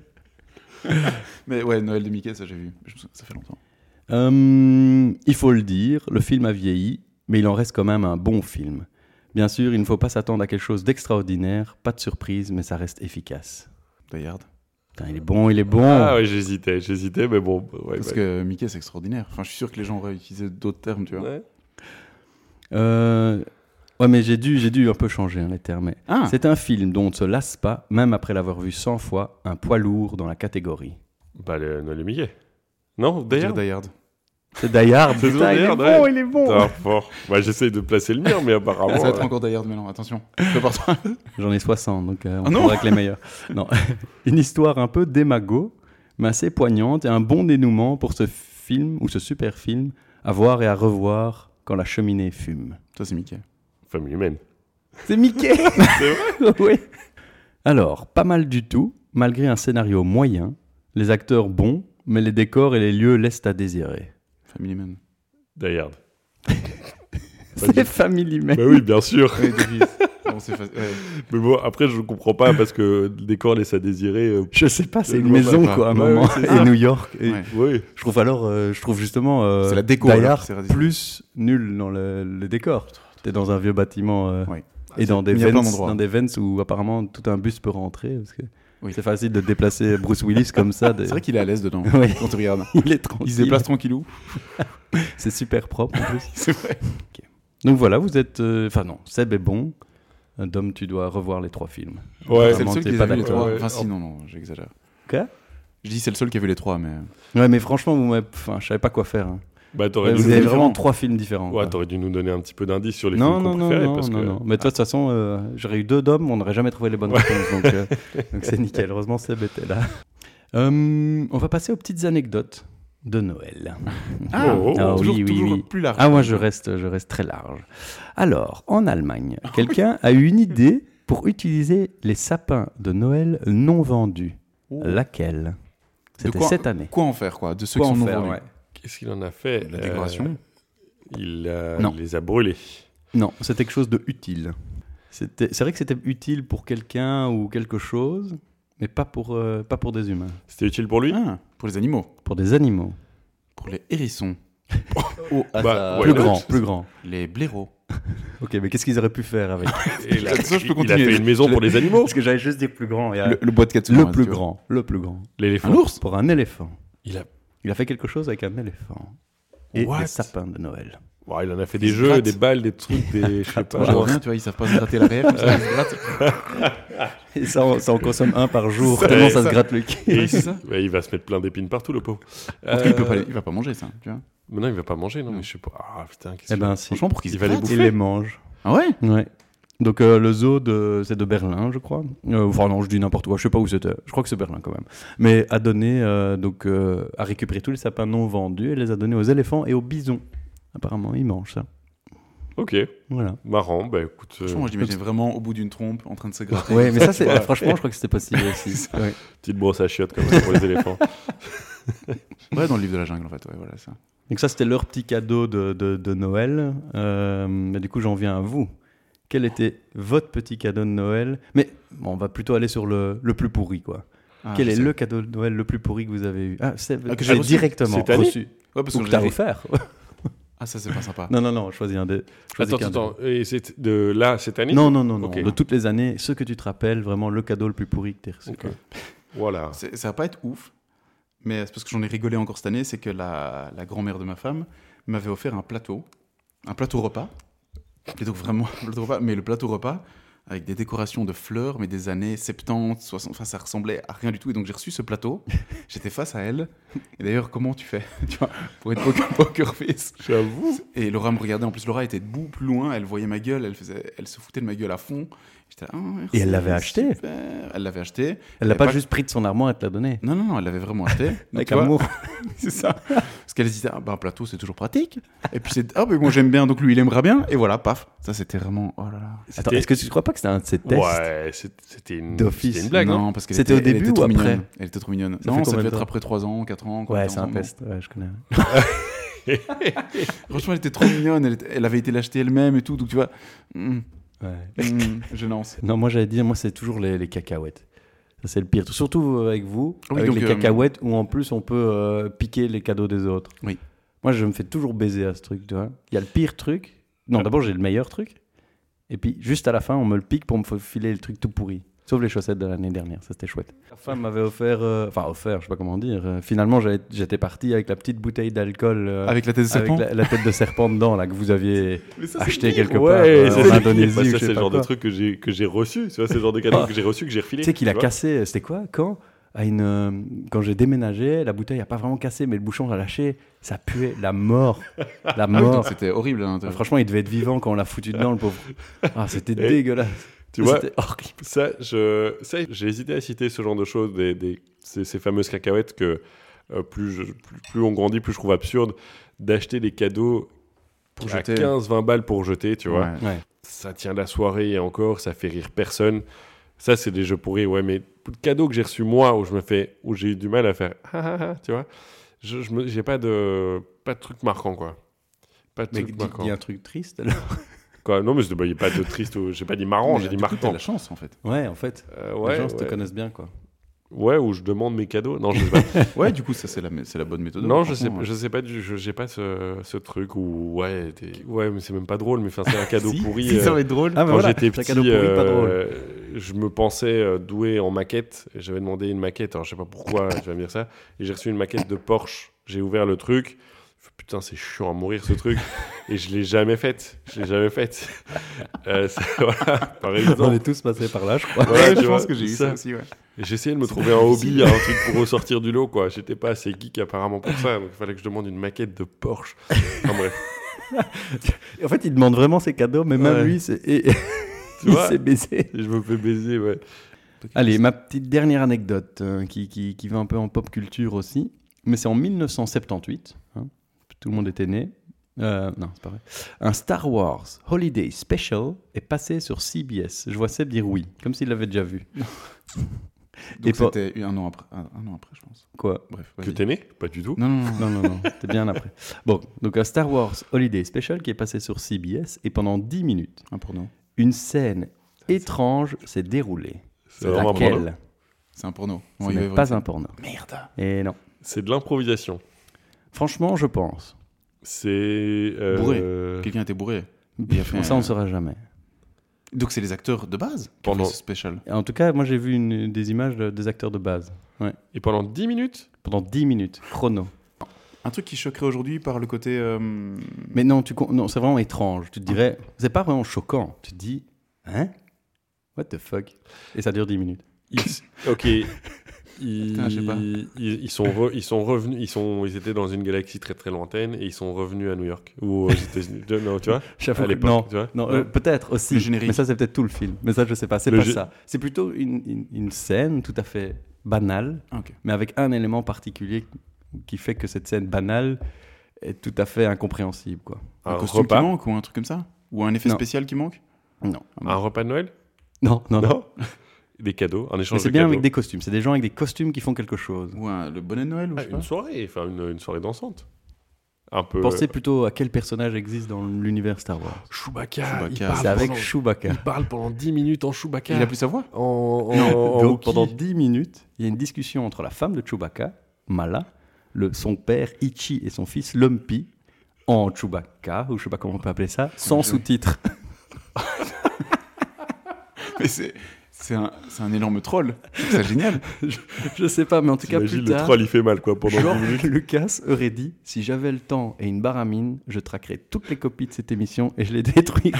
[SPEAKER 2] Mais ouais, Noël de Mickey, ça j'ai vu. Je me souviens, ça fait longtemps.
[SPEAKER 1] Euh, il faut le dire, le film a vieilli, mais il en reste quand même un bon film. Bien sûr, il ne faut pas s'attendre à quelque chose d'extraordinaire, pas de surprise, mais ça reste efficace.
[SPEAKER 2] Die Hard.
[SPEAKER 1] Putain, il est bon, il est bon.
[SPEAKER 3] Ah ouais, j'hésitais, j'hésitais, mais bon. Ouais,
[SPEAKER 2] Parce
[SPEAKER 3] ouais.
[SPEAKER 2] que Mickey, c'est extraordinaire. Enfin, je suis sûr que les gens auraient utilisé d'autres termes, tu vois.
[SPEAKER 3] Ouais.
[SPEAKER 1] Euh, ouais, mais j'ai dû, j'ai dû un peu changer hein, les termes. mais
[SPEAKER 2] Ah,
[SPEAKER 1] C'est un film dont on ne se lasse pas, même après l'avoir vu cent fois, un poids lourd dans la catégorie.
[SPEAKER 3] Bah, le Noël de Mickey. Non,
[SPEAKER 2] je dirais
[SPEAKER 3] d'ailleurs.
[SPEAKER 2] Die Hard.
[SPEAKER 1] C'est Die Hard,
[SPEAKER 3] C'est
[SPEAKER 1] putain,
[SPEAKER 3] Die
[SPEAKER 1] il est
[SPEAKER 3] Hard,
[SPEAKER 1] bon,
[SPEAKER 3] ouais.
[SPEAKER 1] il est bon.
[SPEAKER 3] Ah, fort. Bah, j'essaye de placer le mien, mais apparemment.
[SPEAKER 2] Ça va être
[SPEAKER 3] euh,
[SPEAKER 2] encore Die Hard maintenant, attention. Prépare-toi.
[SPEAKER 1] J'en ai soixante, donc euh, on
[SPEAKER 2] Ah non
[SPEAKER 1] prendra que les meilleurs. Non. Une histoire un peu démago, mais assez poignante et un bon dénouement pour ce film ou ce super film à voir et à revoir quand la cheminée fume.
[SPEAKER 2] Ça, c'est Mickey.
[SPEAKER 3] Family Man.
[SPEAKER 1] C'est Mickey.
[SPEAKER 3] C'est vrai.
[SPEAKER 1] Oui. Alors, pas mal du tout, malgré un scénario moyen, les acteurs bons, mais les décors et les lieux laissent à désirer.
[SPEAKER 2] Family Man.
[SPEAKER 3] Die Hard.
[SPEAKER 1] C'est Family Man.
[SPEAKER 3] Bah oui, bien sûr.
[SPEAKER 2] Ouais, Davis. Bon, c'est fa- ouais.
[SPEAKER 3] Mais bon, après, je comprends pas parce que le décor laisse à désirer. euh,
[SPEAKER 1] Je sais pas, c'est
[SPEAKER 3] Je
[SPEAKER 1] une
[SPEAKER 3] vois
[SPEAKER 1] maison
[SPEAKER 2] pas.
[SPEAKER 1] quoi, à un
[SPEAKER 3] Ouais,
[SPEAKER 1] moment,
[SPEAKER 3] ouais, c'est
[SPEAKER 1] et
[SPEAKER 3] ça.
[SPEAKER 1] New York. Et
[SPEAKER 2] Ouais.
[SPEAKER 3] Oui.
[SPEAKER 1] je trouve alors, euh, je trouve justement euh,
[SPEAKER 2] C'est la déco,
[SPEAKER 1] Die
[SPEAKER 2] alors,
[SPEAKER 1] Hard
[SPEAKER 2] c'est radicaux.
[SPEAKER 1] plus nul dans le, le décor. T'es dans un vieux bâtiment euh,
[SPEAKER 2] Ouais.
[SPEAKER 1] et dans des
[SPEAKER 2] il y a plein
[SPEAKER 1] vents,
[SPEAKER 2] d'endroits.
[SPEAKER 1] dans des vents où apparemment tout un bus peut rentrer parce que
[SPEAKER 2] Oui.
[SPEAKER 1] c'est facile de déplacer Bruce Willis comme ça. des-
[SPEAKER 2] C'est vrai qu'il est à l'aise dedans.
[SPEAKER 1] Ouais.
[SPEAKER 2] Quand tu regardes.
[SPEAKER 1] Il est tranquille.
[SPEAKER 2] Il se déplace tranquillou.
[SPEAKER 1] C'est super propre en plus.
[SPEAKER 2] C'est vrai.
[SPEAKER 1] Donc voilà, vous êtes. euh, Enfin non, Seb est bon. Euh, Dom, tu dois revoir les trois films.
[SPEAKER 3] Ouais,
[SPEAKER 2] c'est le
[SPEAKER 1] Vraiment,
[SPEAKER 2] seul
[SPEAKER 1] t'es
[SPEAKER 2] qui les
[SPEAKER 1] pas
[SPEAKER 2] a vu les
[SPEAKER 1] d'accord.
[SPEAKER 2] trois.
[SPEAKER 3] Ouais,
[SPEAKER 2] Enfin,
[SPEAKER 3] ouais.
[SPEAKER 2] si, non, non, j'exagère.
[SPEAKER 1] Quoi
[SPEAKER 2] Je dis c'est le seul qui a vu les trois, mais.
[SPEAKER 1] Ouais, mais franchement, vous m'avez- enfin, je savais pas quoi faire. hein.
[SPEAKER 3] Bah, t'aurais
[SPEAKER 1] Ouais,
[SPEAKER 3] dû
[SPEAKER 1] vous
[SPEAKER 3] nous
[SPEAKER 1] avez
[SPEAKER 3] donner-
[SPEAKER 1] vraiment trois films différents.
[SPEAKER 3] Ouais,
[SPEAKER 1] quoi.
[SPEAKER 3] t'aurais dû nous donner un petit peu d'indices sur les
[SPEAKER 1] Non,
[SPEAKER 3] films
[SPEAKER 1] non,
[SPEAKER 3] qu'on
[SPEAKER 1] non,
[SPEAKER 3] préférait
[SPEAKER 1] non,
[SPEAKER 3] parce
[SPEAKER 1] non,
[SPEAKER 3] que...
[SPEAKER 1] non. Mais de toute façon, euh, j'aurais eu deux d'hommes, on n'aurait jamais trouvé les bonnes réponses. Donc, euh, donc c'est nickel. Heureusement, Seb était là. Euh, on va passer aux petites anecdotes de Noël.
[SPEAKER 2] Ah,
[SPEAKER 3] Oh,
[SPEAKER 1] Ah,
[SPEAKER 2] toujours,
[SPEAKER 1] oui, oui,
[SPEAKER 2] toujours
[SPEAKER 1] oui.
[SPEAKER 2] plus large.
[SPEAKER 1] Ah, moi, je reste, je reste très large. Alors, en Allemagne, quelqu'un a eu une idée pour utiliser les sapins de Noël non vendus.
[SPEAKER 2] Oh.
[SPEAKER 1] Laquelle
[SPEAKER 2] De
[SPEAKER 1] C'était
[SPEAKER 2] quoi-
[SPEAKER 1] cette année.
[SPEAKER 2] Quoi en faire, quoi? De ceux
[SPEAKER 1] Quoi
[SPEAKER 2] qui
[SPEAKER 1] en
[SPEAKER 2] sont non
[SPEAKER 1] faire,
[SPEAKER 2] vendus.
[SPEAKER 1] ouais.
[SPEAKER 3] Qu'est-ce qu'il en a fait
[SPEAKER 2] La
[SPEAKER 3] Euh,
[SPEAKER 2] décoration.
[SPEAKER 3] Il a-
[SPEAKER 1] Non.
[SPEAKER 3] les a brûlés.
[SPEAKER 1] Non, c'était quelque chose de utile. C'était, c'est vrai que c'était utile pour quelqu'un ou quelque chose, mais pas pour, euh, pas pour des humains.
[SPEAKER 3] C'était utile pour lui
[SPEAKER 2] Ah, pour les animaux.
[SPEAKER 1] Pour des animaux.
[SPEAKER 2] Pour les hérissons.
[SPEAKER 5] Au
[SPEAKER 3] Bah,
[SPEAKER 5] hasard.
[SPEAKER 3] ouais.
[SPEAKER 1] Plus
[SPEAKER 3] not
[SPEAKER 1] grand, plus grand.
[SPEAKER 2] Les blaireaux.
[SPEAKER 1] Ok, mais qu'est-ce qu'ils auraient pu faire avec
[SPEAKER 3] Et il a,
[SPEAKER 2] Ça, je peux
[SPEAKER 3] il a
[SPEAKER 2] continuer.
[SPEAKER 3] fait une maison pour les animaux.
[SPEAKER 1] Parce que j'allais juste dire plus grand. Il y a
[SPEAKER 2] Le, le bois de Katsu.
[SPEAKER 1] le plus grand, le plus grand.
[SPEAKER 3] L'éléphant.
[SPEAKER 2] Un ours.
[SPEAKER 1] Pour un éléphant.
[SPEAKER 3] Il a...
[SPEAKER 1] Il a fait quelque chose avec un éléphant. Et
[SPEAKER 3] What
[SPEAKER 1] des sapins de Noël.
[SPEAKER 3] Ouais, il en a fait
[SPEAKER 2] Il
[SPEAKER 3] des
[SPEAKER 2] se
[SPEAKER 3] jeux,
[SPEAKER 2] gratte.
[SPEAKER 3] des balles, des trucs, des... Je sais pas.
[SPEAKER 2] J'aimerais bien, tu vois, ils savent pas se gratter l'arrière. comme ça, ils se grattent.
[SPEAKER 1] Et ça, on, ça, on consomme un par jour,
[SPEAKER 3] Ça,
[SPEAKER 1] tellement
[SPEAKER 3] ouais,
[SPEAKER 1] ça,
[SPEAKER 2] ça.
[SPEAKER 1] se gratte le cul.
[SPEAKER 3] Et
[SPEAKER 2] Ouais,
[SPEAKER 3] il,
[SPEAKER 2] c'est ça.
[SPEAKER 3] ouais, il va se mettre plein d'épines partout, le pauvre.
[SPEAKER 2] En tout cas, il peut
[SPEAKER 3] Euh,
[SPEAKER 2] pas, il va pas manger ça, tu vois.
[SPEAKER 3] Mais non, il va pas manger, non, mais je sais pas. Ah putain, qu'est-ce
[SPEAKER 1] Eh
[SPEAKER 3] qu'il
[SPEAKER 1] ben,
[SPEAKER 3] va-
[SPEAKER 1] si.
[SPEAKER 2] Franchement, pour qu'ils se
[SPEAKER 3] Il va les
[SPEAKER 2] grattent.
[SPEAKER 3] bouffer.
[SPEAKER 1] Il les mange.
[SPEAKER 2] Ah ouais?
[SPEAKER 1] Ouais. Donc euh, le zoo de, c'est de Berlin, je crois. Euh, enfin non, je dis n'importe quoi. Je sais pas où c'était. Je crois que c'est Berlin quand même. Mais a donné euh, donc euh, a récupéré tous les sapins non vendus et les a donnés aux éléphants et aux bisons. Apparemment, ils mangent ça.
[SPEAKER 3] Ok,
[SPEAKER 1] Voilà.
[SPEAKER 3] marrant. Bah écoute, euh,
[SPEAKER 2] Franchement, moi, je l'imagine vraiment au bout d'une trompe, en train de se gratter.
[SPEAKER 1] Ouais, mais ça, c'est
[SPEAKER 3] tu vois.
[SPEAKER 1] franchement, je crois que c'était possible aussi. Ouais.
[SPEAKER 3] petite brosse à chiottes comme ça pour les éléphants.
[SPEAKER 2] Ouais, dans le livre de la jungle, en fait. Ouais, voilà, ça.
[SPEAKER 1] Donc ça, c'était leur petit cadeau de, de, de Noël. Euh, mais du coup, j'en viens à vous. Quel était votre petit cadeau de Noël? Mais bon, on va plutôt aller sur le, le plus pourri, quoi.
[SPEAKER 2] Ah,
[SPEAKER 1] Quel
[SPEAKER 2] je
[SPEAKER 1] est
[SPEAKER 2] sais.
[SPEAKER 1] le cadeau de Noël le plus pourri que vous avez eu? Ah, c'est
[SPEAKER 2] Ah, que
[SPEAKER 1] c'est
[SPEAKER 2] j'ai reçu
[SPEAKER 1] directement
[SPEAKER 3] cette année
[SPEAKER 1] reçu.
[SPEAKER 2] Ouais, parce
[SPEAKER 1] Ou
[SPEAKER 2] que
[SPEAKER 1] que
[SPEAKER 2] je
[SPEAKER 1] t'as
[SPEAKER 2] l'avais-
[SPEAKER 1] offert.
[SPEAKER 2] Ah, ça, c'est pas sympa.
[SPEAKER 1] Non, non, non, choisis un des. choisis
[SPEAKER 3] Attends,
[SPEAKER 1] qu'un
[SPEAKER 3] attends, et c'est de là, cette
[SPEAKER 1] des-
[SPEAKER 3] année
[SPEAKER 1] Non, non, non, non.
[SPEAKER 3] Ok.
[SPEAKER 1] De toutes les années, ce que tu te rappelles, vraiment le cadeau le plus pourri que tu as reçu.
[SPEAKER 3] Ok.
[SPEAKER 1] quoi.
[SPEAKER 3] Voilà.
[SPEAKER 2] C'est- Ça va pas être ouf, mais c'est parce que j'en ai rigolé encore cette année, c'est que la, la grand-mère de ma femme m'avait offert un plateau, un plateau repas, et donc vraiment un plateau repas, mais le plateau repas avec des décorations de fleurs, mais des années soixante-dix, soixante, enfin ça ressemblait à rien du tout, et donc j'ai reçu ce plateau, j'étais face à elle, et d'ailleurs comment tu fais, tu vois, pour être poker, poker face.
[SPEAKER 3] J'avoue.
[SPEAKER 2] Et Laura me regardait, en plus Laura était debout plus loin, elle voyait ma gueule, elle, faisait, elle se foutait de ma gueule à fond. J'étais là, ah, merci,
[SPEAKER 1] Et elle l'avait acheté.
[SPEAKER 2] super. Elle l'avait acheté.
[SPEAKER 1] Elle l'a
[SPEAKER 2] avait
[SPEAKER 1] pas,
[SPEAKER 2] pas-
[SPEAKER 1] juste pris de son armoire et te l'a donné.
[SPEAKER 2] Non, non, non, elle l'avait vraiment acheté. Donc,
[SPEAKER 1] Avec
[SPEAKER 2] tu vois,
[SPEAKER 1] amour.
[SPEAKER 2] c'est ça. Parce qu'elle se disait, ah, bah, un plateau, c'est toujours pratique. Et puis, c'est, ah, bah, moi, j'aime bien, donc lui, il aimera bien. Et voilà, paf. Ça, c'était vraiment, oh là là.
[SPEAKER 1] Attends,
[SPEAKER 3] C'était-
[SPEAKER 1] est-ce que tu ne crois pas que c'était un de ces tests?
[SPEAKER 3] Ouais, c'est- c'était une,
[SPEAKER 1] D'office.
[SPEAKER 3] c'était une blague, non
[SPEAKER 2] non, parce qu'elle
[SPEAKER 1] C'était
[SPEAKER 2] était,
[SPEAKER 1] au
[SPEAKER 2] elle
[SPEAKER 1] début
[SPEAKER 2] était
[SPEAKER 1] ou
[SPEAKER 2] trop
[SPEAKER 1] après
[SPEAKER 2] mignonne. Elle était trop mignonne.
[SPEAKER 1] Ça
[SPEAKER 2] non,
[SPEAKER 1] fait
[SPEAKER 2] ça
[SPEAKER 1] combien
[SPEAKER 2] devait
[SPEAKER 1] de
[SPEAKER 2] être
[SPEAKER 1] temps
[SPEAKER 2] après trois ans, quatre ans. quand
[SPEAKER 1] Ouais,
[SPEAKER 2] on était
[SPEAKER 1] c'est un
[SPEAKER 2] ensemble.
[SPEAKER 1] test. Ouais, je connais.
[SPEAKER 2] Franchement, elle était trop mignonne. Elle, était- elle avait été l'acheter elle-même et tout. Donc, tu vois, hum,
[SPEAKER 1] Ouais.
[SPEAKER 2] hum, gênance.
[SPEAKER 1] Non, moi j'allais dire, moi c'est toujours les, les cacahuètes. Ça c'est le pire. Surtout avec vous,
[SPEAKER 2] Oui,
[SPEAKER 1] avec
[SPEAKER 2] donc,
[SPEAKER 1] les
[SPEAKER 2] euh,
[SPEAKER 1] cacahuètes où en plus on peut euh, piquer les cadeaux des autres.
[SPEAKER 2] Oui.
[SPEAKER 1] Moi je me fais toujours baiser à ce truc, tu vois. Il y a le pire truc. Non,
[SPEAKER 3] Ah.
[SPEAKER 1] d'abord j'ai le meilleur truc. Et puis juste à la fin, on me le pique pour me filer le truc tout pourri. Sauf les chaussettes de l'année dernière, ça c'était chouette. La femme m'avait offert, euh, enfin offert, je sais pas comment dire. euh, finalement, j'avais- j'étais parti avec la petite bouteille d'alcool euh,
[SPEAKER 2] Avec la tête de
[SPEAKER 1] avec
[SPEAKER 2] serpent.
[SPEAKER 1] la, la tête de serpent dedans là que vous aviez
[SPEAKER 2] Mais ça, c'est
[SPEAKER 1] acheté
[SPEAKER 2] pire.
[SPEAKER 1] quelque part
[SPEAKER 3] Ouais,
[SPEAKER 1] euh,
[SPEAKER 3] c'est
[SPEAKER 1] en
[SPEAKER 3] le-
[SPEAKER 1] Indonésie.
[SPEAKER 3] bah,
[SPEAKER 1] ou
[SPEAKER 3] ça,
[SPEAKER 1] je sais
[SPEAKER 3] c'est le
[SPEAKER 1] pas
[SPEAKER 3] genre
[SPEAKER 1] quoi.
[SPEAKER 3] de truc que j'ai que j'ai reçu. Tu vois, c'est le genre de cadeau
[SPEAKER 1] Ah.
[SPEAKER 3] que j'ai reçu, que j'ai refilé.
[SPEAKER 1] Tu sais qu'il a
[SPEAKER 3] vois.
[SPEAKER 1] cassé, c'était quoi quand à une, euh, quand j'ai déménagé, la bouteille a pas vraiment cassé, mais le bouchon a lâché, ça puait la mort. La
[SPEAKER 2] Ah oui, donc
[SPEAKER 1] mort.
[SPEAKER 2] c'était horrible. Hein,
[SPEAKER 1] Ah, franchement, il devait être vivant quand on l'a foutu dedans, le pauvre. Ah, c'était
[SPEAKER 3] Et-
[SPEAKER 1] dégueulasse.
[SPEAKER 3] Tu vois,
[SPEAKER 1] C'était horrible.
[SPEAKER 3] ça, je, ça, j'ai hésité à citer ce genre de choses, des, des- ces, ces fameuses cacahuètes que euh, plus, je- plus, plus on grandit, plus je trouve absurde d'acheter des cadeaux
[SPEAKER 2] Pour
[SPEAKER 3] à
[SPEAKER 2] jeter.
[SPEAKER 3] quinze vingt balles pour jeter, tu vois.
[SPEAKER 2] Ouais.
[SPEAKER 1] Ouais.
[SPEAKER 3] Ça tient la soirée et encore, ça fait rire personne. Ça, c'est des jeux pourris, ouais, mais tout le cadeau que j'ai reçu moi, où je me fais, où j'ai eu du mal à faire, ah, ah, ah, tu vois, je, je me, j'ai pas de, pas de truc marquant, quoi. Pas de
[SPEAKER 1] Mais
[SPEAKER 3] truc
[SPEAKER 1] dis,
[SPEAKER 3] marquant.
[SPEAKER 1] dis un truc triste alors.
[SPEAKER 3] Quoi, non, mais il n'y a pas de triste, ou... j'ai pas dit marrant,
[SPEAKER 2] Mais
[SPEAKER 3] j'ai dit
[SPEAKER 2] du coup, t'as
[SPEAKER 3] marquant.
[SPEAKER 2] la chance, en fait.
[SPEAKER 1] Ouais, en fait,
[SPEAKER 3] Euh,
[SPEAKER 1] les
[SPEAKER 3] ouais,
[SPEAKER 1] gens
[SPEAKER 3] ouais.
[SPEAKER 1] te connaissent bien, quoi.
[SPEAKER 3] Ouais, ou je demande mes cadeaux. Non, je sais pas.
[SPEAKER 2] Ouais, du coup, ça, c'est la, c'est la bonne méthode.
[SPEAKER 3] non, je sais,
[SPEAKER 2] franchement.
[SPEAKER 3] je sais pas, du- je j'ai pas ce, ce truc où, ouais, t'es- ouais, mais c'est même pas drôle, mais enfin, c'est un cadeau
[SPEAKER 2] Si,
[SPEAKER 3] pourri.
[SPEAKER 2] si,
[SPEAKER 3] euh,
[SPEAKER 2] ça va être drôle.
[SPEAKER 1] Ah, bah
[SPEAKER 3] Quand
[SPEAKER 1] voilà,
[SPEAKER 3] j'étais
[SPEAKER 1] c'est un cadeau
[SPEAKER 3] petit,
[SPEAKER 1] pourri, pas drôle.
[SPEAKER 3] euh, je me pensais euh, doué en maquette. Et J'avais demandé une maquette, alors je sais pas pourquoi, tu vas me dire ça. Et j'ai reçu une maquette de Porsche. J'ai ouvert le truc. Putain, c'est chiant à mourir ce truc. Et je l'ai jamais faite. Je l'ai jamais faite. Euh, ça, voilà, par
[SPEAKER 1] On
[SPEAKER 3] exemple.
[SPEAKER 1] est tous passés par là, je crois.
[SPEAKER 3] Ouais,
[SPEAKER 2] Ouais,
[SPEAKER 3] tu
[SPEAKER 2] je
[SPEAKER 3] vois,
[SPEAKER 2] pense que j'ai eu
[SPEAKER 3] ça.
[SPEAKER 2] ça aussi, ouais.
[SPEAKER 3] Et J'essayais de me trouver un hobby, un truc pour ressortir du lot, quoi. J'étais pas assez geek apparemment pour ça. Donc il fallait que je demande une maquette de Porsche. Enfin bref.
[SPEAKER 1] En fait, il demande vraiment ses cadeaux, mais même
[SPEAKER 3] Ouais.
[SPEAKER 1] lui, c'est... et- il
[SPEAKER 3] vois
[SPEAKER 1] s'est baisé.
[SPEAKER 3] Et je me fais baiser, ouais.
[SPEAKER 1] Allez, ma petite dernière anecdote euh, qui, qui, qui va un peu en pop culture aussi. Mais c'est en mille neuf cent soixante-dix. Hein, tout le monde était né. Euh, non, c'est pas vrai. Un Star Wars Holiday Special est passé sur C B S. Je vois Seb dire oui, comme s'il l'avait déjà vu.
[SPEAKER 2] Donc
[SPEAKER 1] Et pas-
[SPEAKER 2] c'était un an après, un, un an après, je pense.
[SPEAKER 1] Quoi?
[SPEAKER 2] Bref,
[SPEAKER 3] Que
[SPEAKER 2] vas-y.
[SPEAKER 3] t'es né? Pas du tout.
[SPEAKER 2] Non, non, non.
[SPEAKER 1] Non, non, non, c'était bien après. Bon, donc un Star Wars Holiday Special qui est passé sur C B S et pendant dix minutes,
[SPEAKER 2] Un porno.
[SPEAKER 1] une scène étrange s'est déroulée.
[SPEAKER 3] C'est vraiment un porno.
[SPEAKER 1] Laquelle?
[SPEAKER 2] C'est un porno.
[SPEAKER 1] Ce
[SPEAKER 2] Ouais, il y
[SPEAKER 1] n'est
[SPEAKER 2] avait
[SPEAKER 1] pas
[SPEAKER 2] vraiment-
[SPEAKER 1] un porno.
[SPEAKER 2] Merde.
[SPEAKER 1] Et non.
[SPEAKER 3] C'est de l'improvisation.
[SPEAKER 1] Franchement, je pense.
[SPEAKER 3] C'est. euh,
[SPEAKER 2] Bourré. Quelqu'un était bourré. Il a fait
[SPEAKER 1] Ça, on
[SPEAKER 2] un-
[SPEAKER 1] ne saura jamais.
[SPEAKER 2] Donc c'est les acteurs de base qui ont
[SPEAKER 3] Pendant-
[SPEAKER 2] fait ce special.
[SPEAKER 1] En tout cas, moi, j'ai vu une- des images de- des acteurs de base. Ouais.
[SPEAKER 3] Et pendant dix minutes,
[SPEAKER 1] Pendant dix minutes, chrono.
[SPEAKER 2] Un truc qui choquerait aujourd'hui par le côté. euh,
[SPEAKER 1] Mais non, tu, con- non, c'est vraiment étrange. Tu te dirais, c'est pas vraiment choquant. Tu te dis, hein? What the fuck? Et ça dure dix minutes.
[SPEAKER 3] ils... ok. Ils...
[SPEAKER 2] Putain, je sais pas.
[SPEAKER 3] ils, ils sont re- ils sont revenus, ils sont, ils étaient dans une galaxie très très lointaine et ils sont revenus à New York ou aux États-Unis. non, tu vois,
[SPEAKER 1] J'avoue
[SPEAKER 3] à
[SPEAKER 1] que
[SPEAKER 3] l'époque,
[SPEAKER 1] non.
[SPEAKER 3] tu vois.
[SPEAKER 1] Non, euh, peut-être aussi.
[SPEAKER 2] Le générique.
[SPEAKER 1] Mais ça, c'est peut-être tout le film. Mais ça, je sais pas. C'est
[SPEAKER 3] Le
[SPEAKER 1] pas
[SPEAKER 3] gé-
[SPEAKER 1] ça. C'est plutôt une, une, une scène tout à fait banale,
[SPEAKER 2] Ah, ok.
[SPEAKER 1] mais avec un élément particulier qui fait que cette scène banale est tout à fait incompréhensible, quoi.
[SPEAKER 2] Un,
[SPEAKER 3] Un
[SPEAKER 2] costume
[SPEAKER 3] repas,
[SPEAKER 2] qui manque ou un truc comme ça? Ou un effet
[SPEAKER 1] Non.
[SPEAKER 2] spécial qui manque?
[SPEAKER 1] Non.
[SPEAKER 3] un repas de Noël,
[SPEAKER 1] Non, non, non.
[SPEAKER 3] non, des cadeaux, un
[SPEAKER 1] Mais
[SPEAKER 3] échange
[SPEAKER 1] c'est
[SPEAKER 3] de
[SPEAKER 1] bien
[SPEAKER 3] cadeaux.
[SPEAKER 1] avec des costumes. C'est des gens avec des costumes qui font quelque chose.
[SPEAKER 2] Ou un, le bonnet de Noël ou
[SPEAKER 3] Ah,
[SPEAKER 2] je sais
[SPEAKER 3] une
[SPEAKER 2] pas.
[SPEAKER 3] soirée, enfin une, une soirée dansante. Un peu.
[SPEAKER 1] Pensez plutôt à quel personnage existe dans l'univers Star Wars.
[SPEAKER 3] Chewbacca.
[SPEAKER 2] Chewbacca.
[SPEAKER 3] Il parle
[SPEAKER 1] C'est avec
[SPEAKER 3] pendant-
[SPEAKER 1] Chewbacca.
[SPEAKER 3] Il parle pendant dix minutes en Chewbacca.
[SPEAKER 2] Il a plus sa voix?
[SPEAKER 3] En, en,
[SPEAKER 1] Non,
[SPEAKER 3] en
[SPEAKER 1] donc
[SPEAKER 3] Wookiee.
[SPEAKER 1] pendant dix minutes, il y a une discussion entre la femme de Chewbacca, Mala, le, son père Ichi et son fils Lumpy, en Chewbacca, ou je sais pas comment on peut appeler ça, sans
[SPEAKER 2] je-
[SPEAKER 1] sous-titres.
[SPEAKER 2] Mais c'est. C'est un, c'est un énorme troll. C'est génial.
[SPEAKER 1] Je sais pas, mais en tout cas,
[SPEAKER 3] T'imagines,
[SPEAKER 1] plus
[SPEAKER 3] le
[SPEAKER 1] tard,
[SPEAKER 3] troll il fait mal quoi pendant dix
[SPEAKER 1] George
[SPEAKER 3] minutes.
[SPEAKER 1] Lucas aurait dit, si j'avais le temps et une barre à mine, je traquerais toutes les copies de cette émission et je les détruirais.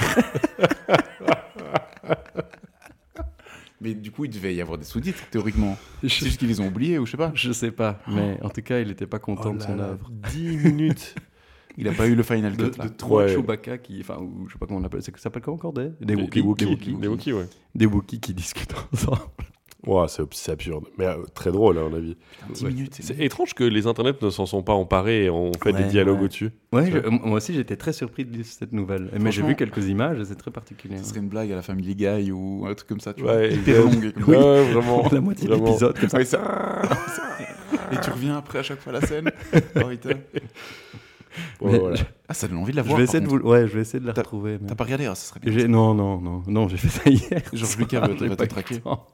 [SPEAKER 2] Mais du coup, il devait y avoir des sous-titres, théoriquement. C'est
[SPEAKER 1] Je,
[SPEAKER 2] juste qu'ils les ont oubliés ou je sais pas.
[SPEAKER 1] je sais pas, mais en tout cas, il était pas content
[SPEAKER 3] Oh
[SPEAKER 1] de
[SPEAKER 3] là
[SPEAKER 1] son
[SPEAKER 3] là,
[SPEAKER 1] œuvre.
[SPEAKER 3] dix minutes.
[SPEAKER 2] Il a pas eu le final
[SPEAKER 1] De,
[SPEAKER 2] cut là.
[SPEAKER 1] de trois
[SPEAKER 3] Ouais.
[SPEAKER 1] Chewbacca qui, enfin, ou je sais pas comment on appelle, c'est que ça s'appelle comment encore des, des
[SPEAKER 3] Des
[SPEAKER 1] Wookiees,
[SPEAKER 3] Wookiees.
[SPEAKER 1] des Wookiees,
[SPEAKER 3] Des Wookiees, ouais.
[SPEAKER 1] des Wookiees qui discutent ensemble.
[SPEAKER 3] Ouah, c'est, c'est absurde. Mais euh, très drôle, à mon avis.
[SPEAKER 2] dix
[SPEAKER 1] Ouais.
[SPEAKER 2] minutes.
[SPEAKER 3] C'est étrange que les internets ne s'en sont pas emparés et ont fait
[SPEAKER 1] Ouais,
[SPEAKER 3] des dialogues
[SPEAKER 1] ouais.
[SPEAKER 3] au-dessus.
[SPEAKER 1] Ouais,
[SPEAKER 3] Tu
[SPEAKER 1] je-
[SPEAKER 3] vois.
[SPEAKER 1] moi aussi j'étais très surpris de lire cette nouvelle. Mais j'ai
[SPEAKER 2] Franchement-
[SPEAKER 1] vu quelques images et c'est très particulier.
[SPEAKER 2] Ce serait une blague à la Family Guy ou un truc comme ça, tu vois.
[SPEAKER 3] Ouais,
[SPEAKER 2] Hyper
[SPEAKER 3] exact.
[SPEAKER 2] longue. comme-
[SPEAKER 3] Ouais, vraiment.
[SPEAKER 1] La moitié de
[SPEAKER 3] vraiment.
[SPEAKER 1] l'épisode comme ça.
[SPEAKER 2] Ouais, ça- Et tu reviens après à chaque fois à la scène. Oh, putain.
[SPEAKER 3] Ouais,
[SPEAKER 1] Mais
[SPEAKER 3] voilà.
[SPEAKER 2] Ah, ça donne envie de la
[SPEAKER 1] Je
[SPEAKER 2] voir.
[SPEAKER 1] vais
[SPEAKER 2] par
[SPEAKER 1] essayer de
[SPEAKER 2] contre.
[SPEAKER 1] vous... Ouais, je vais essayer de la
[SPEAKER 2] T'as-
[SPEAKER 1] retrouver. mais-
[SPEAKER 2] T'as pas regardé? Ah, ça serait bien.
[SPEAKER 1] J'ai- Non, non, non, non, j'ai fait ça hier.
[SPEAKER 2] Georges Lucas va te-
[SPEAKER 1] J'ai
[SPEAKER 2] va
[SPEAKER 1] pas
[SPEAKER 2] te
[SPEAKER 1] eu le
[SPEAKER 2] traquer.
[SPEAKER 1] temps.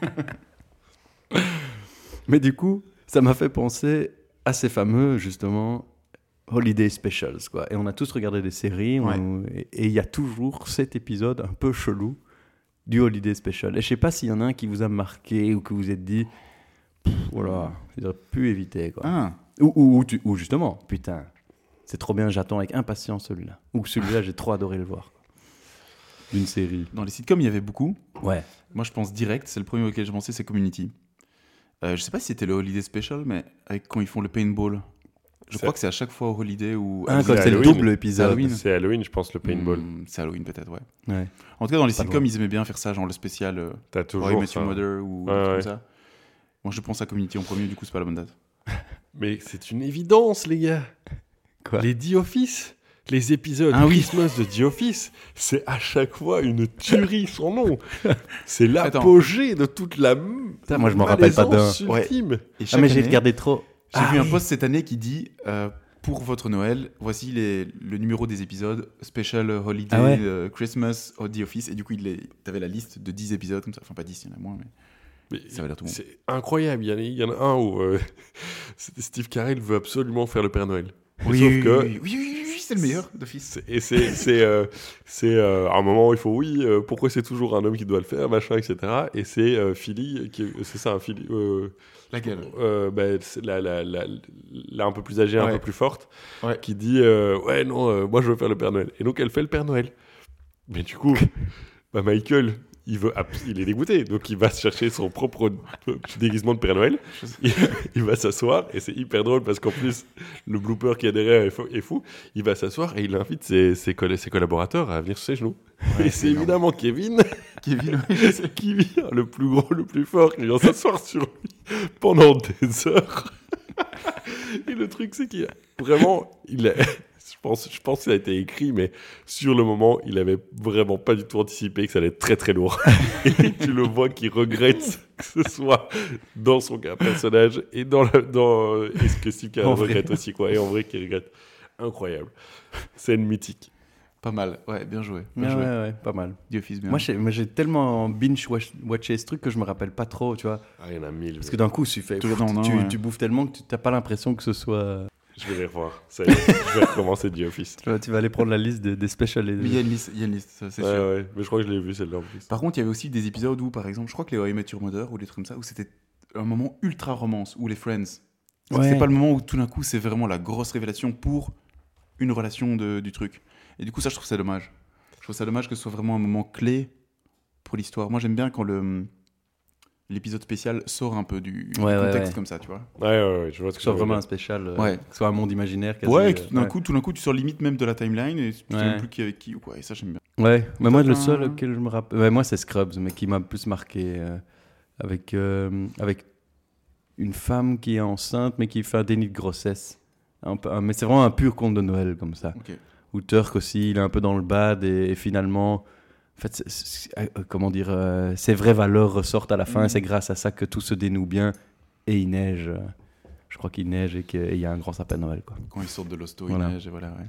[SPEAKER 1] Mais du coup, ça m'a fait penser à ces fameux, justement, Holiday Specials, quoi. Et on a tous regardé des séries, on-
[SPEAKER 2] Ouais.
[SPEAKER 1] et il y a toujours cet épisode un peu chelou du Holiday Special. Et je sais pas s'il y en a un qui vous a marqué ou que vous vous êtes dit, pff, voilà, il aurait pu éviter, quoi.
[SPEAKER 2] Ah,
[SPEAKER 1] Ou, ou, ou tu- ou justement, putain, c'est trop bien, j'attends avec impatience celui-là. Ou celui-là, j'ai trop adoré le voir. quoi. D'une série.
[SPEAKER 2] dans les sitcoms, il y avait beaucoup.
[SPEAKER 1] Ouais.
[SPEAKER 2] Moi, je pense direct, c'est le premier auquel je pensais, c'est Community. Euh, je sais pas si c'était le Holiday Special, mais avec quand ils font le paintball. Je
[SPEAKER 3] C'est-
[SPEAKER 2] crois que c'est à chaque fois au Holiday ou.
[SPEAKER 1] Ah,
[SPEAKER 3] c'est
[SPEAKER 1] quand c'est le
[SPEAKER 3] Halloween.
[SPEAKER 1] double épisode.
[SPEAKER 2] Halloween.
[SPEAKER 3] C'est Halloween, je pense, le paintball.
[SPEAKER 2] Hmm, c'est Halloween peut-être, ouais.
[SPEAKER 1] Ouais.
[SPEAKER 2] En tout cas, dans les
[SPEAKER 1] Pas
[SPEAKER 2] sitcoms,
[SPEAKER 1] loin.
[SPEAKER 2] ils aimaient bien faire ça, genre le spécial euh,
[SPEAKER 3] T'as
[SPEAKER 2] How I
[SPEAKER 3] toujours
[SPEAKER 2] Met
[SPEAKER 3] ça.
[SPEAKER 2] Your Mother ou
[SPEAKER 3] Ouais,
[SPEAKER 2] un truc
[SPEAKER 3] ouais.
[SPEAKER 2] comme ça. Moi, je pense à Community en premier, du coup, c'est pas la bonne date.
[SPEAKER 3] Mais c'est une évidence, les gars.
[SPEAKER 1] Quoi
[SPEAKER 3] Les The Office, les épisodes
[SPEAKER 2] Ah oui.
[SPEAKER 3] Christmas de The Office, c'est à chaque fois une tuerie sans nom. C'est l'apogée de toute la m-
[SPEAKER 1] Putain, moi, je m'en rappelle pas d'un.
[SPEAKER 3] malaisance
[SPEAKER 2] Ouais.
[SPEAKER 3] ultime.
[SPEAKER 2] Et
[SPEAKER 1] Ah,
[SPEAKER 2] chaque
[SPEAKER 1] mais j'ai
[SPEAKER 2] année,
[SPEAKER 1] regardé trop.
[SPEAKER 2] J'ai
[SPEAKER 1] Ah
[SPEAKER 2] vu un
[SPEAKER 1] oui.
[SPEAKER 2] post cette année qui dit euh, pour votre Noël, voici les, le numéro des épisodes Special Holiday
[SPEAKER 1] Ah ouais.
[SPEAKER 2] euh, Christmas of The Office. Et du coup, il est- t'avais la liste de dix épisodes comme ça. Enfin, pas dix, il y en a moins, mais
[SPEAKER 3] Mais
[SPEAKER 2] ça va l'air tout le monde.
[SPEAKER 3] c'est incroyable. Il y en a, il y en a un où euh, c'est- Steve Carell veut absolument faire le Père Noël.
[SPEAKER 2] Oui,
[SPEAKER 3] Sauf
[SPEAKER 2] oui,
[SPEAKER 3] que
[SPEAKER 2] oui, oui, oui, oui, oui, c'est le meilleur d'office.
[SPEAKER 3] c'est- et c'est c'est euh, c'est euh, à un moment il faut oui euh, pourquoi c'est toujours un homme qui doit le faire machin et cetera. Et c'est euh, Philly qui c'est ça un Philly. Euh,
[SPEAKER 2] Laquelle
[SPEAKER 3] euh, bah, c'est la, la, la, la un peu plus âgée, un
[SPEAKER 2] Ouais.
[SPEAKER 3] peu plus forte,
[SPEAKER 2] Ouais.
[SPEAKER 3] qui dit euh, ouais non euh, moi je veux faire le Père Noël. Et donc elle fait le Père Noël. Mais du coup, bah, Michael il veut abs- il est dégoûté, donc il va chercher son propre petit déguisement de Père Noël. Il, il va s'asseoir et c'est hyper drôle parce qu'en plus le blooper qui est derrière est fou, est fou. Il va s'asseoir et il invite ses, ses, coll- ses collaborateurs à venir sur ses genoux.
[SPEAKER 2] Ouais,
[SPEAKER 3] et
[SPEAKER 2] c'est
[SPEAKER 3] c'est
[SPEAKER 2] énorme.
[SPEAKER 3] évidemment Kevin
[SPEAKER 2] Kevin, oui, je sais.
[SPEAKER 3] qui vient, le plus gros, le plus fort, qui vient s'asseoir sur lui pendant des heures. Et le truc, c'est qu'il a vraiment, il a, je pense, je pense que ça a été écrit, mais sur le moment, il avait vraiment pas du tout anticipé que ça allait être très très lourd. Et tu le vois qu'il regrette que ce soit dans son personnage et dans la, dans, et ce que Steve Carell
[SPEAKER 1] En vrai.
[SPEAKER 3] regrette aussi, quoi. Et en vrai, qu'il regrette. Incroyable. Scène mythique.
[SPEAKER 2] Pas mal, ouais, bien joué. Bien
[SPEAKER 1] Ouais,
[SPEAKER 2] joué.
[SPEAKER 1] ouais, ouais, pas mal.
[SPEAKER 2] The Office, bien.
[SPEAKER 1] Moi, j'ai, moi, j'ai tellement binge-watché ce truc que je me rappelle pas trop, tu vois.
[SPEAKER 3] Ah, il y en a mille.
[SPEAKER 1] Parce que d'un coup, tu fais,
[SPEAKER 2] Tout le
[SPEAKER 1] pff,
[SPEAKER 2] temps, non,
[SPEAKER 1] tu,
[SPEAKER 2] ouais.
[SPEAKER 1] tu bouffes tellement que tu n'as pas l'impression que ce soit.
[SPEAKER 3] Je vais les revoir. Ça y est, je vais recommencer The Office.
[SPEAKER 1] Tu, vois, tu vas aller prendre la liste des, des specials. et des-
[SPEAKER 2] Mais il y a une liste, il y a une liste, ça, c'est
[SPEAKER 3] Ouais,
[SPEAKER 2] sûr.
[SPEAKER 3] ouais, mais je crois que je l'ai vu celle-là en plus.
[SPEAKER 2] Par contre, il y avait aussi des épisodes où, par exemple, je crois que les How I Met Your Mother ou des trucs comme ça, où c'était un moment ultra romance, ou les Friends. C'est-
[SPEAKER 1] Ouais.
[SPEAKER 2] C'est pas le moment où tout d'un coup, c'est vraiment la grosse révélation pour une relation de, du truc. Et du coup, ça, je trouve ça dommage. Je trouve ça dommage que ce soit vraiment un moment clé pour l'histoire. Moi, j'aime bien quand le l'épisode spécial sort un peu du, du
[SPEAKER 1] Ouais, ouais,
[SPEAKER 2] contexte
[SPEAKER 1] ouais.
[SPEAKER 2] comme ça, tu vois.
[SPEAKER 3] Ouais, ouais, ouais, je vois ce
[SPEAKER 1] Que
[SPEAKER 3] que
[SPEAKER 1] ce soit
[SPEAKER 3] tu veux
[SPEAKER 1] vraiment un
[SPEAKER 3] dire.
[SPEAKER 1] spécial, euh,
[SPEAKER 2] Ouais.
[SPEAKER 1] que ce soit un monde imaginaire. Quasi,
[SPEAKER 2] Ouais, et
[SPEAKER 1] euh,
[SPEAKER 2] que tout d'un
[SPEAKER 1] ouais.
[SPEAKER 2] coup, tout d'un coup, tu sors limite même de la timeline et tu sais
[SPEAKER 1] Ouais.
[SPEAKER 2] même plus qui est avec qui ou quoi. Et ça, j'aime bien.
[SPEAKER 1] Ouais, mais moi, le
[SPEAKER 2] Toi,
[SPEAKER 1] seul
[SPEAKER 2] t'as un-
[SPEAKER 1] auquel je me rappelle. Ouais, moi, c'est Scrubs, mais qui m'a le plus marqué. euh, avec, euh, avec une femme qui est enceinte, mais qui fait un déni de grossesse. Un peu- un- mais c'est vraiment un pur conte de Noël, comme ça.
[SPEAKER 2] Ok.
[SPEAKER 1] Où Turk aussi, il est un peu dans le bad, et, et finalement. En fait, c'est- c'est- euh, comment dire, euh, ses vraies valeurs ressortent à la fin,
[SPEAKER 2] Mhm.
[SPEAKER 1] et c'est grâce à ça que tout se dénoue bien. Et il neige. euh, je crois qu'il neige et qu'il y a un grand sapin de Noël, quoi.
[SPEAKER 2] Quand ils sortent de l'hosto,
[SPEAKER 1] Voilà.
[SPEAKER 2] il neige et voilà, ouais.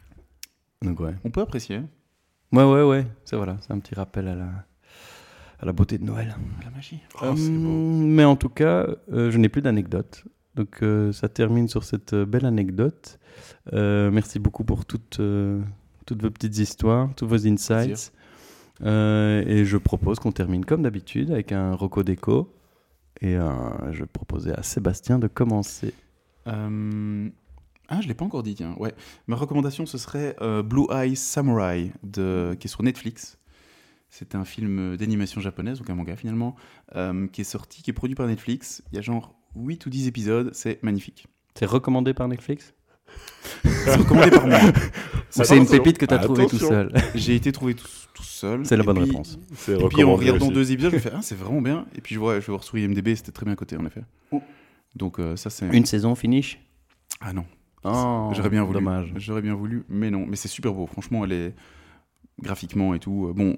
[SPEAKER 1] Donc, ouais.
[SPEAKER 2] On peut apprécier
[SPEAKER 1] Ouais, ouais, ouais. C'est voilà, c'est un petit rappel à la, à la beauté de Noël.
[SPEAKER 2] la magie.
[SPEAKER 3] Oh, c'est beau.
[SPEAKER 1] Hum, mais en tout cas, euh, je n'ai plus d'anecdotes. Donc, euh, ça termine sur cette euh, belle anecdote. Euh, merci beaucoup pour toutes, euh, toutes vos petites histoires, tous vos insights.
[SPEAKER 2] Plaisir.
[SPEAKER 1] Euh, et je propose qu'on termine comme d'habitude avec un Rocco Déco. Et euh, je proposais à Sébastien de commencer.
[SPEAKER 2] Euh, Ah, je l'ai pas encore dit, tiens. Ouais. Ma recommandation, ce serait euh, Blue Eye Samurai, de... qui est sur Netflix. C'est un film d'animation japonaise, donc un manga finalement, euh, qui est sorti, qui est produit par Netflix. Il y a genre huit ou dix épisodes, c'est magnifique.
[SPEAKER 1] C'est recommandé par Netflix?
[SPEAKER 2] C'est recommandé par moi.
[SPEAKER 1] Ou c'est une
[SPEAKER 3] Attention.
[SPEAKER 1] pépite que tu as trouvée tout
[SPEAKER 3] Attention.
[SPEAKER 1] seul?
[SPEAKER 2] J'ai été trouvé tout, tout seul.
[SPEAKER 1] C'est la
[SPEAKER 2] Et
[SPEAKER 1] bonne
[SPEAKER 2] puis-
[SPEAKER 1] réponse.
[SPEAKER 3] C'est
[SPEAKER 2] Et puis en
[SPEAKER 3] recommandé
[SPEAKER 2] regardant
[SPEAKER 3] aussi.
[SPEAKER 2] deux épisodes, je me fais ah c'est vraiment bien. Et puis je vois, je vais voir sur I M D B, c'était très bien coté en effet. Donc euh, ça c'est.
[SPEAKER 1] Une saison finish?
[SPEAKER 2] Ah non.
[SPEAKER 1] Oh,
[SPEAKER 2] J'aurais bien voulu.
[SPEAKER 1] Dommage.
[SPEAKER 2] J'aurais bien voulu, mais non. Mais c'est super beau. Franchement, elle est graphiquement et tout. euh, Bon,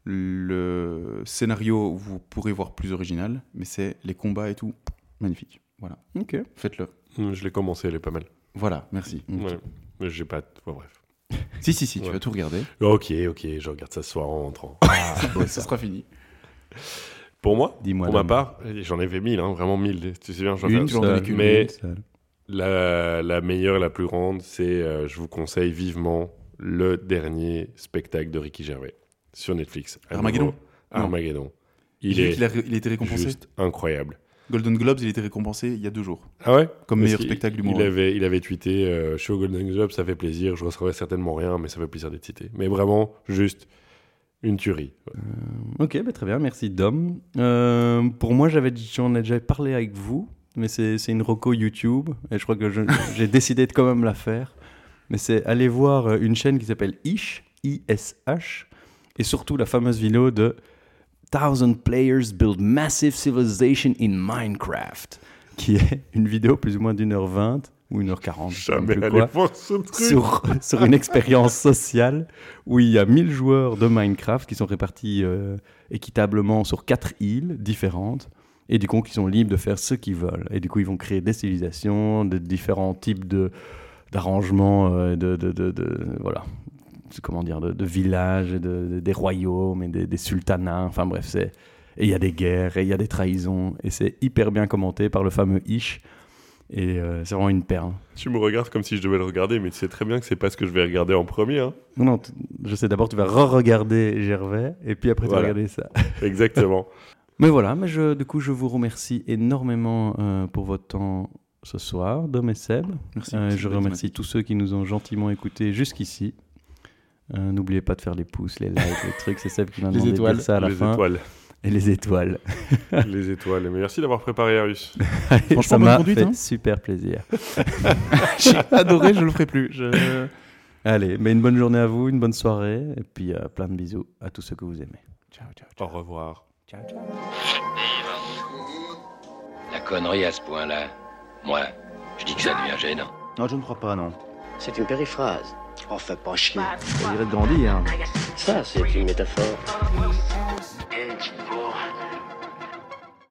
[SPEAKER 2] le scénario, vous pourrez voir plus original, mais c'est les combats et tout magnifique. Voilà,
[SPEAKER 1] Ok.
[SPEAKER 2] faites-le.
[SPEAKER 3] Hum, Je l'ai commencé, elle est pas mal.
[SPEAKER 2] Voilà, merci.
[SPEAKER 3] Ouais. Mais j'ai pas. Ouais, bref.
[SPEAKER 2] Si si si, tu
[SPEAKER 3] Ouais.
[SPEAKER 2] vas tout regarder.
[SPEAKER 3] Ok, ok, je regarde ça ce soir en rentrant.
[SPEAKER 2] Ça sera fini.
[SPEAKER 3] Pour moi,
[SPEAKER 1] Dis-moi.
[SPEAKER 3] pour ma
[SPEAKER 1] Dame.
[SPEAKER 3] part, j'en ai fait mille, hein, vraiment mille. Tu sais bien, j'en
[SPEAKER 2] Une,
[SPEAKER 3] fais-
[SPEAKER 2] tu en donnais
[SPEAKER 1] seule,
[SPEAKER 2] qu'une.
[SPEAKER 3] Mais
[SPEAKER 1] une seule.
[SPEAKER 3] la, la meilleure, la plus grande, c'est, euh, je vous conseille vivement le dernier spectacle de Ricky Gervais sur Netflix. À
[SPEAKER 2] Armageddon
[SPEAKER 3] nouveau, Armageddon. Il
[SPEAKER 2] J'ai vu
[SPEAKER 3] est
[SPEAKER 2] qu'il a, il a été récompensé.
[SPEAKER 3] juste incroyable.
[SPEAKER 2] Golden Globes, il a été récompensé il y a deux jours.
[SPEAKER 3] Ah ouais
[SPEAKER 2] Comme
[SPEAKER 3] Parce
[SPEAKER 2] meilleur
[SPEAKER 3] qu'il-
[SPEAKER 2] spectacle du
[SPEAKER 3] il
[SPEAKER 2] mois.
[SPEAKER 3] avait, il avait tweeté euh, je suis au Golden Globe, ça fait plaisir. Je recevrai certainement rien, mais ça fait plaisir d'être cité. Mais vraiment, juste une tuerie.
[SPEAKER 1] Ok, bah, très bien, merci Dom. Euh, pour moi, j'avais, dit- j'en ai déjà parlé avec vous, mais c'est, c'est une reco YouTube, et je crois que je- j'ai décidé de quand même la faire. Mais c'est aller voir euh, une chaîne qui s'appelle Ish, I S H, et surtout la fameuse vidéo de Thousand Players Build Massive Civilization in Minecraft, qui est une vidéo plus ou moins d'une heure vingt ou une heure quarante, je sais même
[SPEAKER 3] Jamais
[SPEAKER 1] plus
[SPEAKER 3] aller
[SPEAKER 1] quoi,
[SPEAKER 3] voir ce truc.
[SPEAKER 1] sur, sur une expérience sociale où il y a mille joueurs de Minecraft qui sont répartis euh, équitablement sur quatre îles différentes et du coup qui sont libres de faire ce qu'ils veulent. Et du coup ils vont créer des civilisations, de différents types de, d'arrangements, euh, de, de, de, de, voilà, comment dire, de, de villages, de, de, des royaumes et des, des sultanats. Enfin bref, c'est... Et il y a des guerres, et il y a des trahisons, et c'est hyper bien commenté par le fameux Ish. Et euh, c'est vraiment une perle.
[SPEAKER 3] Tu me regardes comme si je devais le regarder, mais tu sais très bien que c'est pas ce que je vais regarder en premier. Hein.
[SPEAKER 1] Non, non, t- je sais, d'abord tu vas re-regarder Gervais, et puis après
[SPEAKER 3] Voilà.
[SPEAKER 1] tu vas regarder ça.
[SPEAKER 3] Exactement.
[SPEAKER 1] Mais voilà, mais je, du coup je vous remercie énormément euh, pour votre temps ce soir, Dom et Seb.
[SPEAKER 2] Merci.
[SPEAKER 1] Euh,
[SPEAKER 2] merci
[SPEAKER 1] je
[SPEAKER 2] de
[SPEAKER 1] remercie
[SPEAKER 2] thématique.
[SPEAKER 1] tous ceux qui nous ont gentiment écoutés jusqu'ici. Euh, n'oubliez pas de faire les pouces, les likes, les trucs, c'est Seb qui m'a
[SPEAKER 2] Les
[SPEAKER 1] demandé de
[SPEAKER 2] étoiles.
[SPEAKER 1] dire ça à la
[SPEAKER 3] Les
[SPEAKER 1] fin.
[SPEAKER 3] étoiles.
[SPEAKER 1] Et les étoiles.
[SPEAKER 3] Les étoiles. Mais merci d'avoir préparé Arus.
[SPEAKER 2] Franchement,
[SPEAKER 1] ça
[SPEAKER 2] bonne
[SPEAKER 1] m'a
[SPEAKER 2] conduite,
[SPEAKER 1] fait
[SPEAKER 2] hein.
[SPEAKER 1] super plaisir.
[SPEAKER 2] J'ai adoré, je le ferai plus. Je...
[SPEAKER 1] Allez, mais une bonne journée à vous, une bonne soirée, et puis euh, plein de bisous à tous ceux que vous aimez. Ciao, ciao,
[SPEAKER 3] Au revoir.
[SPEAKER 1] ciao, ciao.
[SPEAKER 4] La connerie à ce point-là, moi, je dis que ça devient gênant.
[SPEAKER 5] Non, je ne crois pas, non.
[SPEAKER 6] C'est une périphrase. Oh, fais pas chier.
[SPEAKER 5] Ça dirait de grandir. Hein.
[SPEAKER 6] Ça, c'est une métaphore.
[SPEAKER 7] Edge,